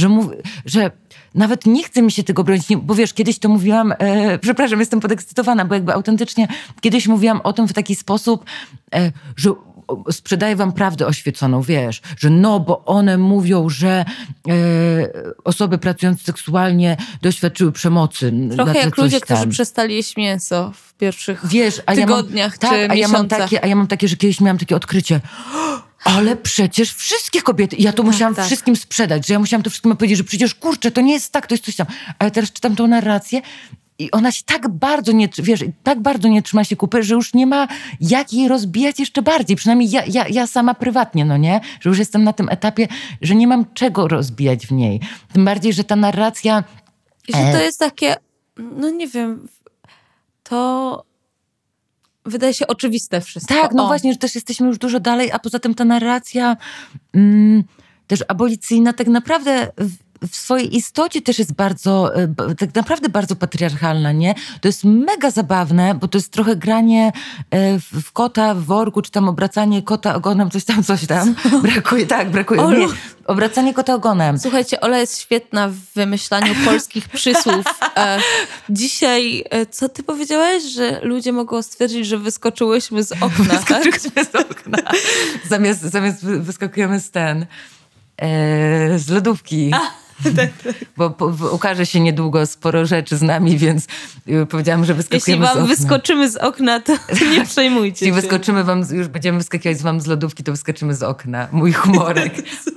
że nawet nie chce mi się tego bronić, bo wiesz, kiedyś to mówiłam, przepraszam, jestem podekscytowana, bo jakby autentycznie kiedyś mówiłam o tym w taki sposób, że sprzedaję wam prawdę oświeconą, wiesz, że no, bo one mówią, że osoby pracujące seksualnie doświadczyły przemocy. Trochę jak ludzie, którzy przestali jeść mięso w pierwszych tygodniach czy miesiącach. A ja mam takie, że kiedyś miałam takie odkrycie, ale przecież wszystkie kobiety, ja to musiałam wszystkim sprzedać, że ja musiałam to wszystkim powiedzieć, że przecież kurczę, to nie jest tak, to jest coś tam. A ja teraz czytam tą narrację i ona się tak bardzo nie trzyma się kupy, że już nie ma jak jej rozbijać jeszcze bardziej. Przynajmniej ja sama prywatnie, no nie? Że już jestem na tym etapie, że nie mam czego rozbijać w niej. Tym bardziej, że ta narracja... I że to jest takie, no nie wiem, to wydaje się oczywiste wszystko. Tak, no właśnie, że też jesteśmy już dużo dalej, a poza tym ta narracja też abolicyjna tak naprawdę w swojej istocie też jest tak naprawdę bardzo patriarchalna, nie? To jest mega zabawne, bo to jest trochę granie w kota w worku, czy tam obracanie kota ogonem, coś tam. Brakuje. Olu. Nie, obracanie kota ogonem. Słuchajcie, Ola jest świetna w wymyślaniu polskich przysłów. Dzisiaj, co ty powiedziałeś? Że ludzie mogą stwierdzić, że wyskoczyłyśmy z okna, Wyskoczyłyśmy z okna. Zamiast wyskakujemy z lodówki. Bo ukaże się niedługo sporo rzeczy z nami, więc powiedziałam, że wyskakujemy z okna. Jeśli wam wyskoczymy z okna, to nie przejmujcie się. Jeśli wyskoczymy wam, już będziemy wyskakiwać wam z lodówki, to wyskoczymy z okna. Mój humorek.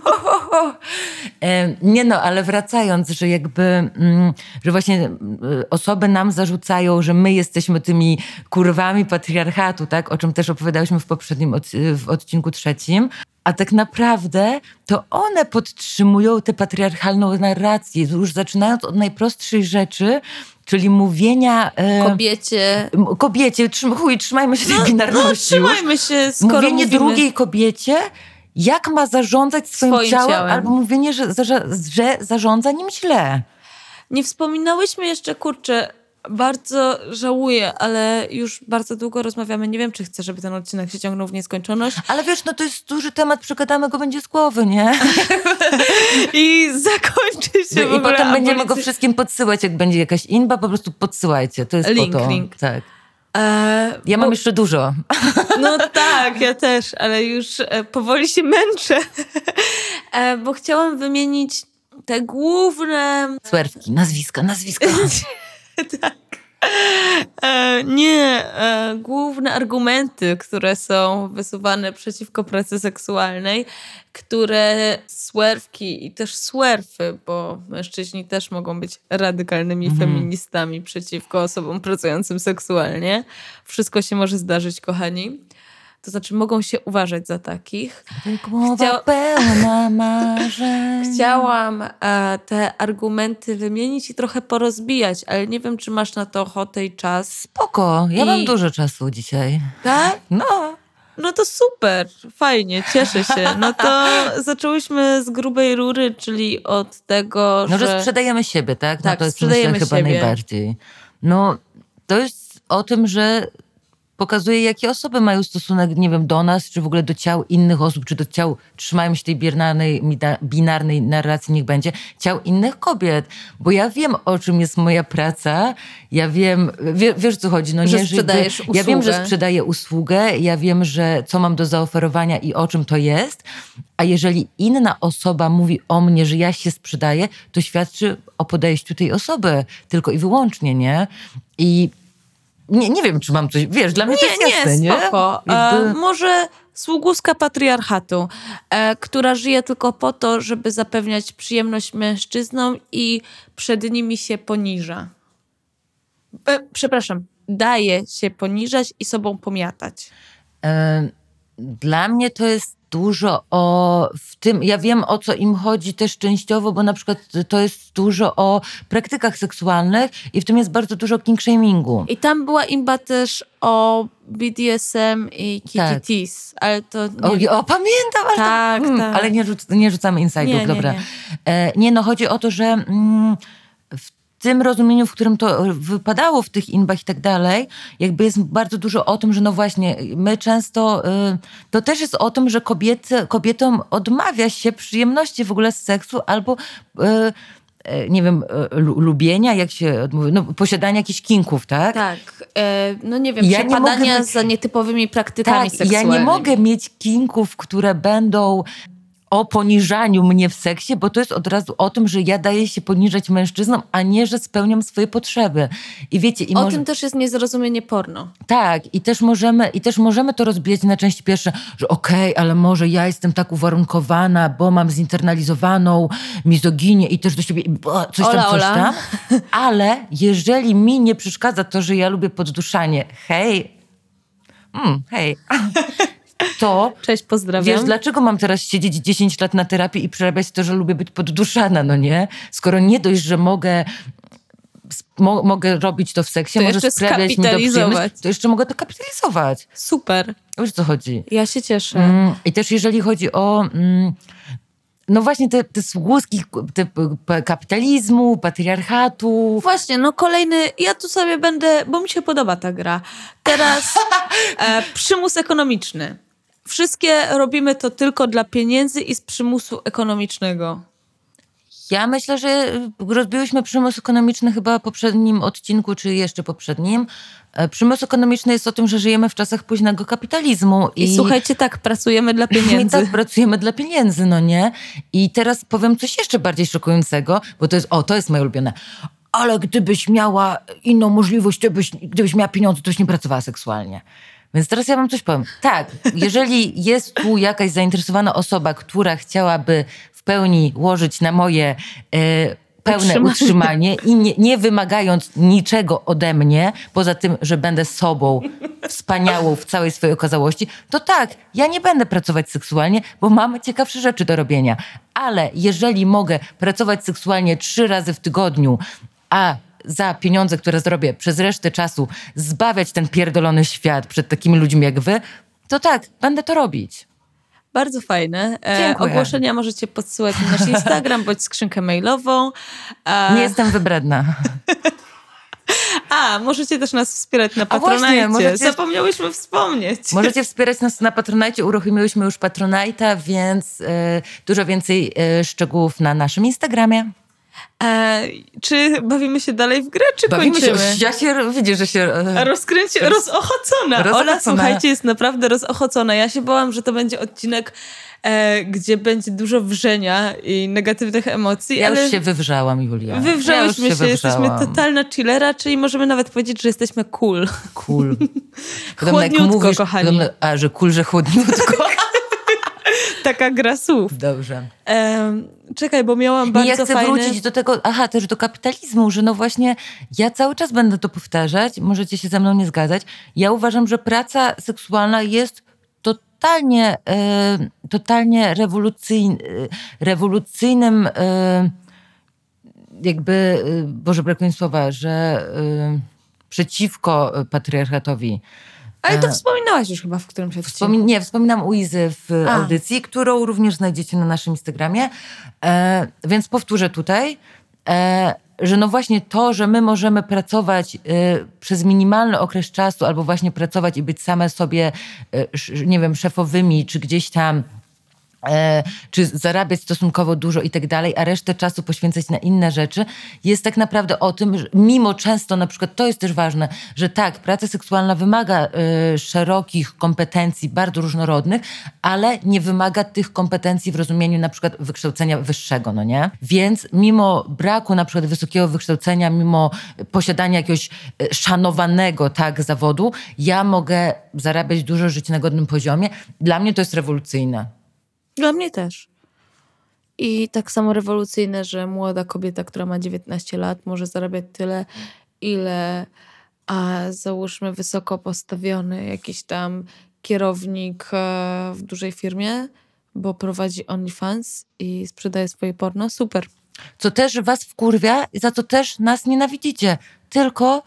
Nie no, ale wracając, że jakby, że właśnie osoby nam zarzucają, że my jesteśmy tymi kurwami patriarchatu, tak? O czym też opowiadałyśmy w poprzednim w odcinku 3. A tak naprawdę to one podtrzymują tę patriarchalną narrację, już zaczynając od najprostszej rzeczy, czyli mówienia... Kobiecie, trzymajmy się tej binarności. Trzymajmy się, skoro mówienie drugiej kobiecie, jak ma zarządzać swoim ciałem, albo mówienie, że zarządza nim źle. Nie wspominałyśmy jeszcze, bardzo żałuję, ale już bardzo długo rozmawiamy. Nie wiem, czy chcę, żeby ten odcinek się ciągnął w nieskończoność. Ale wiesz, no to jest duży temat, przegadamy go, będzie z głowy, nie? I zakończy się w ogóle. I potem będziemy go wszystkim podsyłać, jak będzie jakaś inba, po prostu podsyłajcie. To jest link, po to. Link. Tak. Ja mam jeszcze dużo. No tak, ja też, ale już powoli się męczę. Bo chciałam wymienić te główne... Swerwki, nazwiska. Tak. Główne argumenty, które są wysuwane przeciwko pracy seksualnej, które swerwki i też swerfy, bo mężczyźni też mogą być radykalnymi feministami przeciwko osobom pracującym seksualnie. Wszystko się może zdarzyć, kochani. To znaczy mogą się uważać za takich. Głowa pełna marzeń. Chciałam te argumenty wymienić i trochę porozbijać, ale nie wiem, czy masz na to ochotę i czas. Spoko, ja mam dużo czasu dzisiaj. Tak? No to super, fajnie, cieszę się. No to zaczęłyśmy z grubej rury, czyli od tego, że sprzedajemy siebie, tak? Tak, no to jest sprzedajemy myślę, chyba siebie. najbardziej. No, to jest o tym, że pokazuje, jakie osoby mają stosunek, nie wiem, do nas, czy w ogóle do ciał innych osób, czy do ciał, trzymajmy się tej binarnej narracji, niech będzie, ciał innych kobiet. Bo ja wiem, o czym jest moja praca, ja wiem, wiesz, co chodzi, no że nie, sprzedajesz usługę. Ja wiem, że sprzedaję usługę, ja wiem, że co mam do zaoferowania i o czym to jest, a jeżeli inna osoba mówi o mnie, że ja się sprzedaję, to świadczy o podejściu tej osoby, tylko i wyłącznie, nie? I nie wiem, czy mam coś... Wiesz, dla mnie to jest jasne, nie? Spoko. Może sługuska patriarchatu, która żyje tylko po to, żeby zapewniać przyjemność mężczyznom i przed nimi się poniża. Przepraszam, daje się poniżać i sobą pomiatać. Dla mnie to jest dużo w tym, ja wiem, o co im chodzi też częściowo, bo na przykład to jest dużo o praktykach seksualnych i w tym jest bardzo dużo king-shamingu. I tam była imba też o BDSM i KTTs, ale to... pamiętam, ale tak. Ale nie rzucamy inside'ów, dobra. Nie, no chodzi o to, że w tym rozumieniu, w którym to wypadało w tych inbach i tak dalej, jakby jest bardzo dużo o tym, że no właśnie, my często, to też jest o tym, że kobietom odmawia się przyjemności w ogóle z seksu albo nie wiem, lubienia, jak się odmówi, no posiadania jakichś kinków, tak? Tak, no nie wiem, przepadania za nietypowymi praktykami seksualnymi. Ja nie mogę mieć kinków, które będą o poniżaniu mnie w seksie, bo to jest od razu o tym, że ja daję się poniżać mężczyznom, a nie, że spełniam swoje potrzeby. I wiecie, tym też jest niezrozumienie porno. Tak, i też możemy to rozbijać na części pierwsze, że okej, ale może ja jestem tak uwarunkowana, bo mam zinternalizowaną mizoginię i też do siebie coś tam. Ale jeżeli mi nie przeszkadza to, że ja lubię podduszanie, hej, to... Cześć, pozdrawiam. Wiesz, dlaczego mam teraz siedzieć 10 lat na terapii i przerabiać to, że lubię być podduszana, no nie? Skoro nie dość, że mogę robić to w seksie, to może sprawiać mi do przyjemności, to jeszcze mogę to kapitalizować. Super. Wiesz, o co chodzi? Ja się cieszę. I też jeżeli chodzi o... no właśnie te sługuski kapitalizmu, patriarchatu. Właśnie, no kolejny, ja tu sobie będę, bo mi się podoba ta gra. Teraz przymus ekonomiczny. Wszystkie robimy to tylko dla pieniędzy i z przymusu ekonomicznego. Ja myślę, że rozbiłyśmy przymus ekonomiczny chyba w poprzednim odcinku, czy jeszcze poprzednim. Przymus ekonomiczny jest o tym, że żyjemy w czasach późnego kapitalizmu. I słuchajcie, tak, pracujemy dla pieniędzy. I tak, pracujemy dla pieniędzy, no nie? I teraz powiem coś jeszcze bardziej szokującego, bo to jest moje ulubione. Ale gdybyś miała inną możliwość, gdybyś miała pieniądze, to byś nie pracowała seksualnie. Więc teraz ja wam coś powiem. Tak, jeżeli jest tu jakaś zainteresowana osoba, która chciałaby w pełni łożyć na moje pełne utrzymanie i nie wymagając niczego ode mnie, poza tym, że będę sobą wspaniałą w całej swojej okazałości, to tak, ja nie będę pracować seksualnie, bo mam ciekawsze rzeczy do robienia. Ale jeżeli mogę pracować seksualnie 3 razy w tygodniu, a za pieniądze, które zrobię przez resztę czasu, zbawiać ten pierdolony świat przed takimi ludźmi jak wy, to tak, będę to robić. Bardzo fajne. Dziękuję. Ogłoszenia możecie podsyłać na nasz Instagram bądź skrzynkę mailową. Nie jestem wybredna. Możecie też nas wspierać na Patronite. Właśnie, zapomniałyśmy wspomnieć. Możecie wspierać nas na Patronite. Uruchomiłyśmy już Patronite'a, więc dużo więcej szczegółów na naszym Instagramie. Czy bawimy się dalej w grę, czy kończymy? Widzisz, że się... rozochocona. Ola, słuchajcie, jest naprawdę rozochocona. Ja się bałam, że to będzie odcinek, gdzie będzie dużo wrzenia i negatywnych emocji. Ale już się wywrzałam, Julia. Wywrzałyśmy się, jesteśmy totalna chillera, czyli możemy nawet powiedzieć, że jesteśmy cool. Cool. Chłodniutko, kochani. Że cool, że chłodniutko. Taka gra słów. Dobrze. Czekaj, bo miałam bardzo ja chcę wrócić do tego, też do kapitalizmu, że no właśnie ja cały czas będę to powtarzać, możecie się ze mną nie zgadzać. Ja uważam, że praca seksualna jest totalnie rewolucyjnym jakby, Boże, brakuje mi słowa, że przeciwko patriarchatowi. Ale to wspominałaś już chyba w którymś odcinku. Wspominam u Izy w audycji, którą również znajdziecie na naszym Instagramie. Więc powtórzę tutaj, że no właśnie to, że my możemy pracować przez minimalny okres czasu albo właśnie pracować i być same sobie, nie wiem, szefowymi, czy gdzieś tam czy zarabiać stosunkowo dużo i tak dalej, a resztę czasu poświęcać na inne rzeczy, jest tak naprawdę o tym, że mimo często, na przykład to jest też ważne, że tak, praca seksualna wymaga szerokich kompetencji, bardzo różnorodnych, ale nie wymaga tych kompetencji w rozumieniu na przykład wykształcenia wyższego, no nie? Więc mimo braku na przykład wysokiego wykształcenia, mimo posiadania jakiegoś szanowanego tak zawodu, ja mogę zarabiać dużo, żyć na godnym poziomie. Dla mnie to jest rewolucyjne. Dla mnie też. I tak samo rewolucyjne, że młoda kobieta, która ma 19 lat, może zarabiać tyle, ile załóżmy wysoko postawiony jakiś tam kierownik w dużej firmie, bo prowadzi OnlyFans i sprzedaje swoje porno. Super. Co też was wkurwia i za co też nas nienawidzicie. Tylko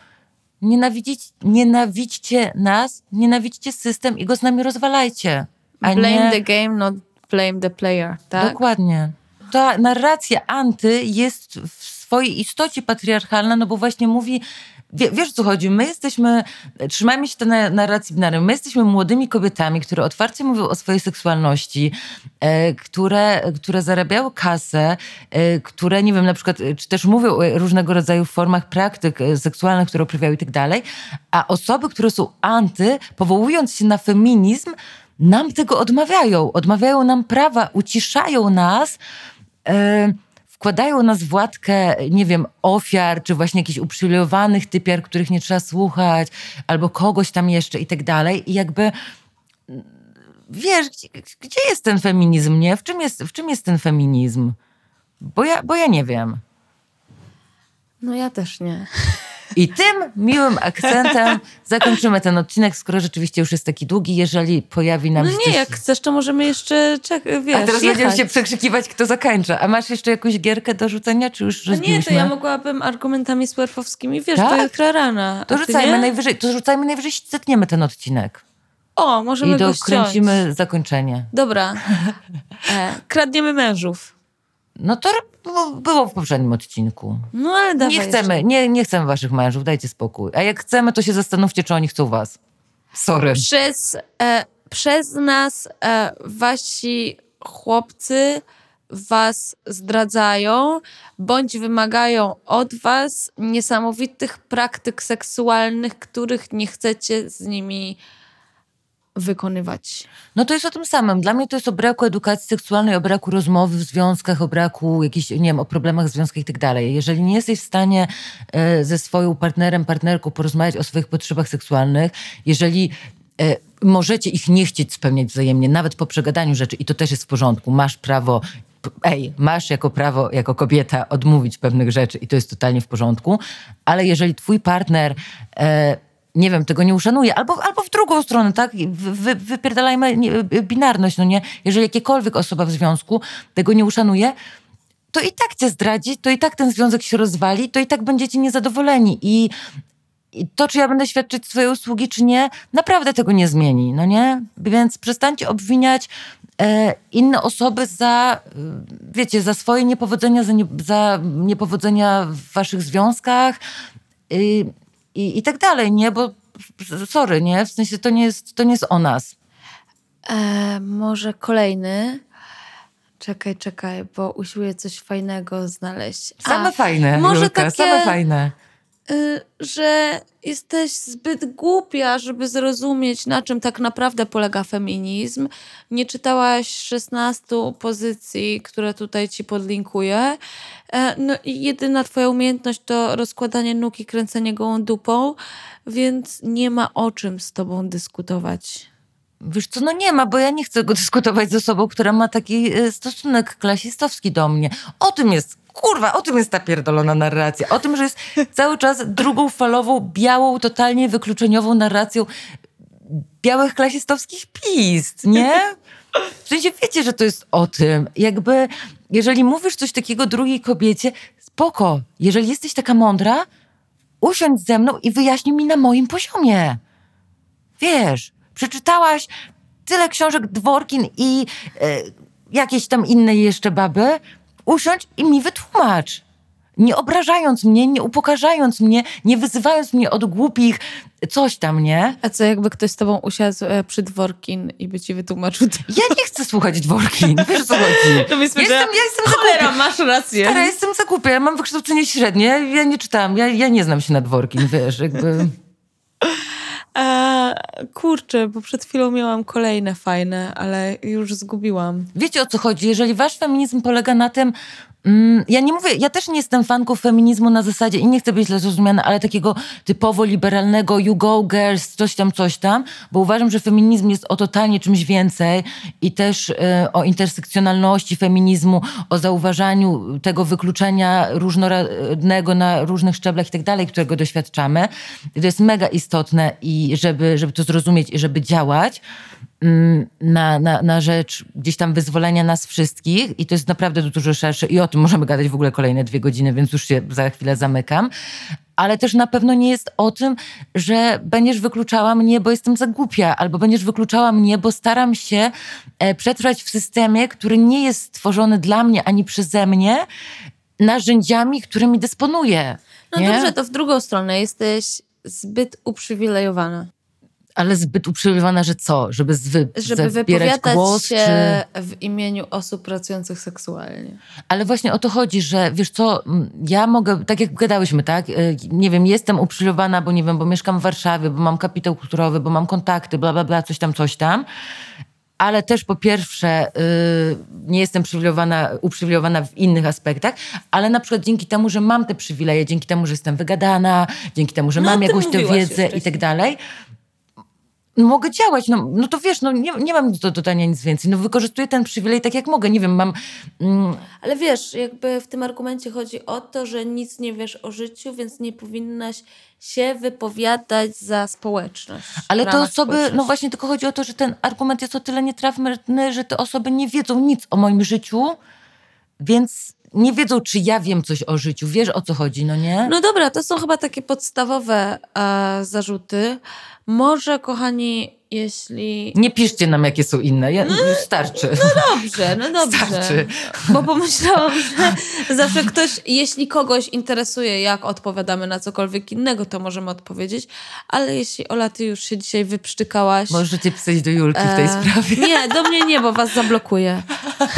nienawidźcie nas, nienawidźcie system i go z nami rozwalajcie. Blame the game, not blame the player, tak? Dokładnie. Ta narracja anty jest w swojej istocie patriarchalna, no bo właśnie mówi, wiesz o co chodzi, trzymajmy się tej narracji binarnej, my jesteśmy młodymi kobietami, które otwarcie mówią o swojej seksualności, które zarabiały kasę, które, nie wiem, na przykład, czy też mówią o różnego rodzaju formach praktyk seksualnych, które uprawiają i tak dalej, a osoby, które są anty, powołując się na feminizm, nam tego odmawiają nam prawa, uciszają nas, wkładają nas w łatkę, nie wiem, ofiar, czy właśnie jakichś uprzywilejowanych typiar, których nie trzeba słuchać, albo kogoś tam jeszcze i tak dalej. I jakby, wiesz, gdzie jest ten feminizm, nie? W czym jest ten feminizm? Bo ja nie wiem. No ja też nie. I tym miłym akcentem zakończymy ten odcinek, skoro rzeczywiście już jest taki długi. Jeżeli pojawi nam się No nie, coś... jak chcesz, to możemy jeszcze, wiesz, a teraz będziemy się przekrzykiwać, kto zakończa. A masz jeszcze jakąś gierkę do rzucenia, czy już rozbiliśmy? Nie, to ja mogłabym argumentami swerfowskimi, wiesz, tak? do jutra rana. To rzucajmy najwyżej, zetniemy ten odcinek. O, możemy go ściąć. I dokręcimy zakończenie. Dobra. Kradniemy mężów. No to było w poprzednim odcinku. No ale dawaj. Nie chcemy waszych mężów, dajcie spokój. A jak chcemy, to się zastanówcie, czy oni chcą was. Sorry. Przez nas wasi chłopcy was zdradzają, bądź wymagają od was niesamowitych praktyk seksualnych, których nie chcecie z nimi wykonywać. No to jest o tym samym. Dla mnie to jest o braku edukacji seksualnej, o braku rozmowy w związkach, o braku jakichś, nie wiem, o problemach w związkach i tak dalej. Jeżeli nie jesteś w stanie ze swoją partnerem, partnerką porozmawiać o swoich potrzebach seksualnych, jeżeli możecie ich nie chcieć spełniać wzajemnie, nawet po przegadaniu rzeczy i to też jest w porządku. Masz prawo, masz prawo jako kobieta odmówić pewnych rzeczy i to jest totalnie w porządku, ale jeżeli twój partner nie wiem, tego nie uszanuje, albo w drugą stronę, tak? Wypierdalajmy binarność, no nie? Jeżeli jakakolwiek osoba w związku tego nie uszanuje, to i tak cię zdradzi, to i tak ten związek się rozwali, to i tak będziecie niezadowoleni. I to, czy ja będę świadczyć swoje usługi, czy nie, naprawdę tego nie zmieni, no nie? Więc przestańcie obwiniać inne osoby za, wiecie, za swoje niepowodzenia, za niepowodzenia w waszych związkach i tak dalej, nie? Bo sorry, nie? W sensie to nie jest o nas. Może kolejny. Czekaj, bo usiłuję coś fajnego znaleźć. Same fajne, może Julka, takie, same fajne. Że jesteś zbyt głupia, żeby zrozumieć, na czym tak naprawdę polega feminizm. Nie czytałaś 16 pozycji, które tutaj ci podlinkuję. No i jedyna twoja umiejętność to rozkładanie nóg i kręcenie gołą dupą, więc nie ma o czym z tobą dyskutować. Wiesz co, no nie ma, bo ja nie chcę go dyskutować z osobą, która ma taki stosunek klasistowski do mnie. O tym jest ta pierdolona narracja. O tym, że jest cały czas drugą falową, białą, totalnie wykluczeniową narracją białych klasistowskich pist, nie? W sensie wiecie, że to jest o tym. Jakby, jeżeli mówisz coś takiego drugiej kobiecie, spoko. Jeżeli jesteś taka mądra, usiądź ze mną i wyjaśnij mi na moim poziomie. Wiesz, przeczytałaś tyle książek Dworkin i jakieś tam inne jeszcze baby. Usiądź i mi wytłumacz. Nie obrażając mnie, nie upokarzając mnie, nie wyzywając mnie od głupich coś tam, nie? A co jakby ktoś z tobą usiadł przy Dworkin i by ci wytłumaczył? Ja nie chcę słuchać Dworkin, wiesz o co chodzi. To ja jestem za głupia. Masz rację. Stara, jestem za głupia, ja mam wykształcenie średnie, ja nie czytałam, ja nie znam się na Dworkin, wiesz, jakby... Kurczę, bo przed chwilą miałam kolejne fajne, ale już zgubiłam. Wiecie o co chodzi? Jeżeli wasz feminizm polega na tym, ja nie mówię, ja też nie jestem fanką feminizmu na zasadzie i nie chcę być źle zrozumiana, ale takiego typowo liberalnego you go girls, coś tam, bo uważam, że feminizm jest o totalnie czymś więcej i też o intersekcjonalności feminizmu, o zauważaniu tego wykluczenia różnorodnego na różnych szczeblach i tak dalej, którego doświadczamy. I to jest mega istotne i żeby to zrozumieć i żeby działać na rzecz gdzieś tam wyzwolenia nas wszystkich i to jest naprawdę dużo szersze i o tym możemy gadać w ogóle kolejne 2 godziny, więc już się za chwilę zamykam. Ale też na pewno nie jest o tym, że będziesz wykluczała mnie, bo jestem za głupia, albo będziesz wykluczała mnie, bo staram się przetrwać w systemie, który nie jest stworzony dla mnie ani przeze mnie narzędziami, którymi dysponuję. No nie? dobrze, to w drugą stronę jesteś zbyt uprzywilejowana. Ale zbyt uprzywilejowana, że co? Żeby wypowiadać głos, się czy... w imieniu osób pracujących seksualnie. Ale właśnie o to chodzi, że wiesz co, ja mogę, tak jak gadałyśmy, tak? Nie wiem, jestem uprzywilejowana, bo nie wiem, bo mieszkam w Warszawie, bo mam kapitał kulturowy, bo mam kontakty, bla, bla, bla, coś tam. Ale też po pierwsze nie jestem uprzywilejowana w innych aspektach, ale na przykład dzięki temu, że mam te przywileje, dzięki temu, że jestem wygadana, dzięki temu, że mam jakąś tę wiedzę i tak dalej, mogę działać, no to wiesz, nie mam do dodania nic więcej. Wykorzystuję ten przywilej tak jak mogę, nie wiem, mam... Ale wiesz, jakby w tym argumencie chodzi o to, że nic nie wiesz o życiu, więc nie powinnaś się wypowiadać za społeczność. Ale te osoby, no właśnie tylko chodzi o to, że ten argument jest o tyle nietrafny, że te osoby nie wiedzą nic o moim życiu, więc nie wiedzą, czy ja wiem coś o życiu. Wiesz, o co chodzi, no nie? No dobra, to są chyba takie podstawowe zarzuty. Może, kochani, jeśli... Nie piszcie nam, jakie są inne. Starczy. No dobrze. Starczy. Bo pomyślałam, że zawsze ktoś, jeśli kogoś interesuje, jak odpowiadamy na cokolwiek innego, to możemy odpowiedzieć. Ale jeśli, Ola, ty już się dzisiaj wyprztykałaś... Możecie pisać do Julki w tej sprawie. Nie, do mnie nie, bo was zablokuję.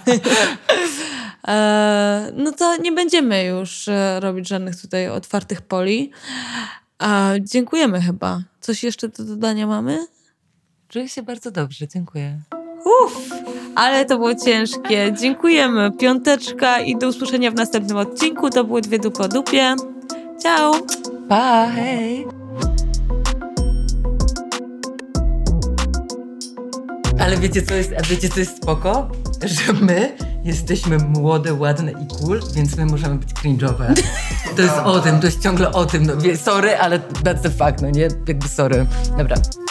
No to nie będziemy już robić żadnych tutaj otwartych poli. Dziękujemy chyba. Coś jeszcze do dodania mamy? Czuję się bardzo dobrze, dziękuję. Ale to było ciężkie. Dziękujemy. 5 i do usłyszenia w następnym odcinku. To były 2 dupy o dupie. Ciao! Pa, hej! Ale wiecie co jest spoko? Że my jesteśmy młode, ładne i cool, więc my możemy być cringe'owe. To jest o tym, to jest ciągle o tym. No, sorry, ale that's the fact, no nie? Jakby sorry. Dobra.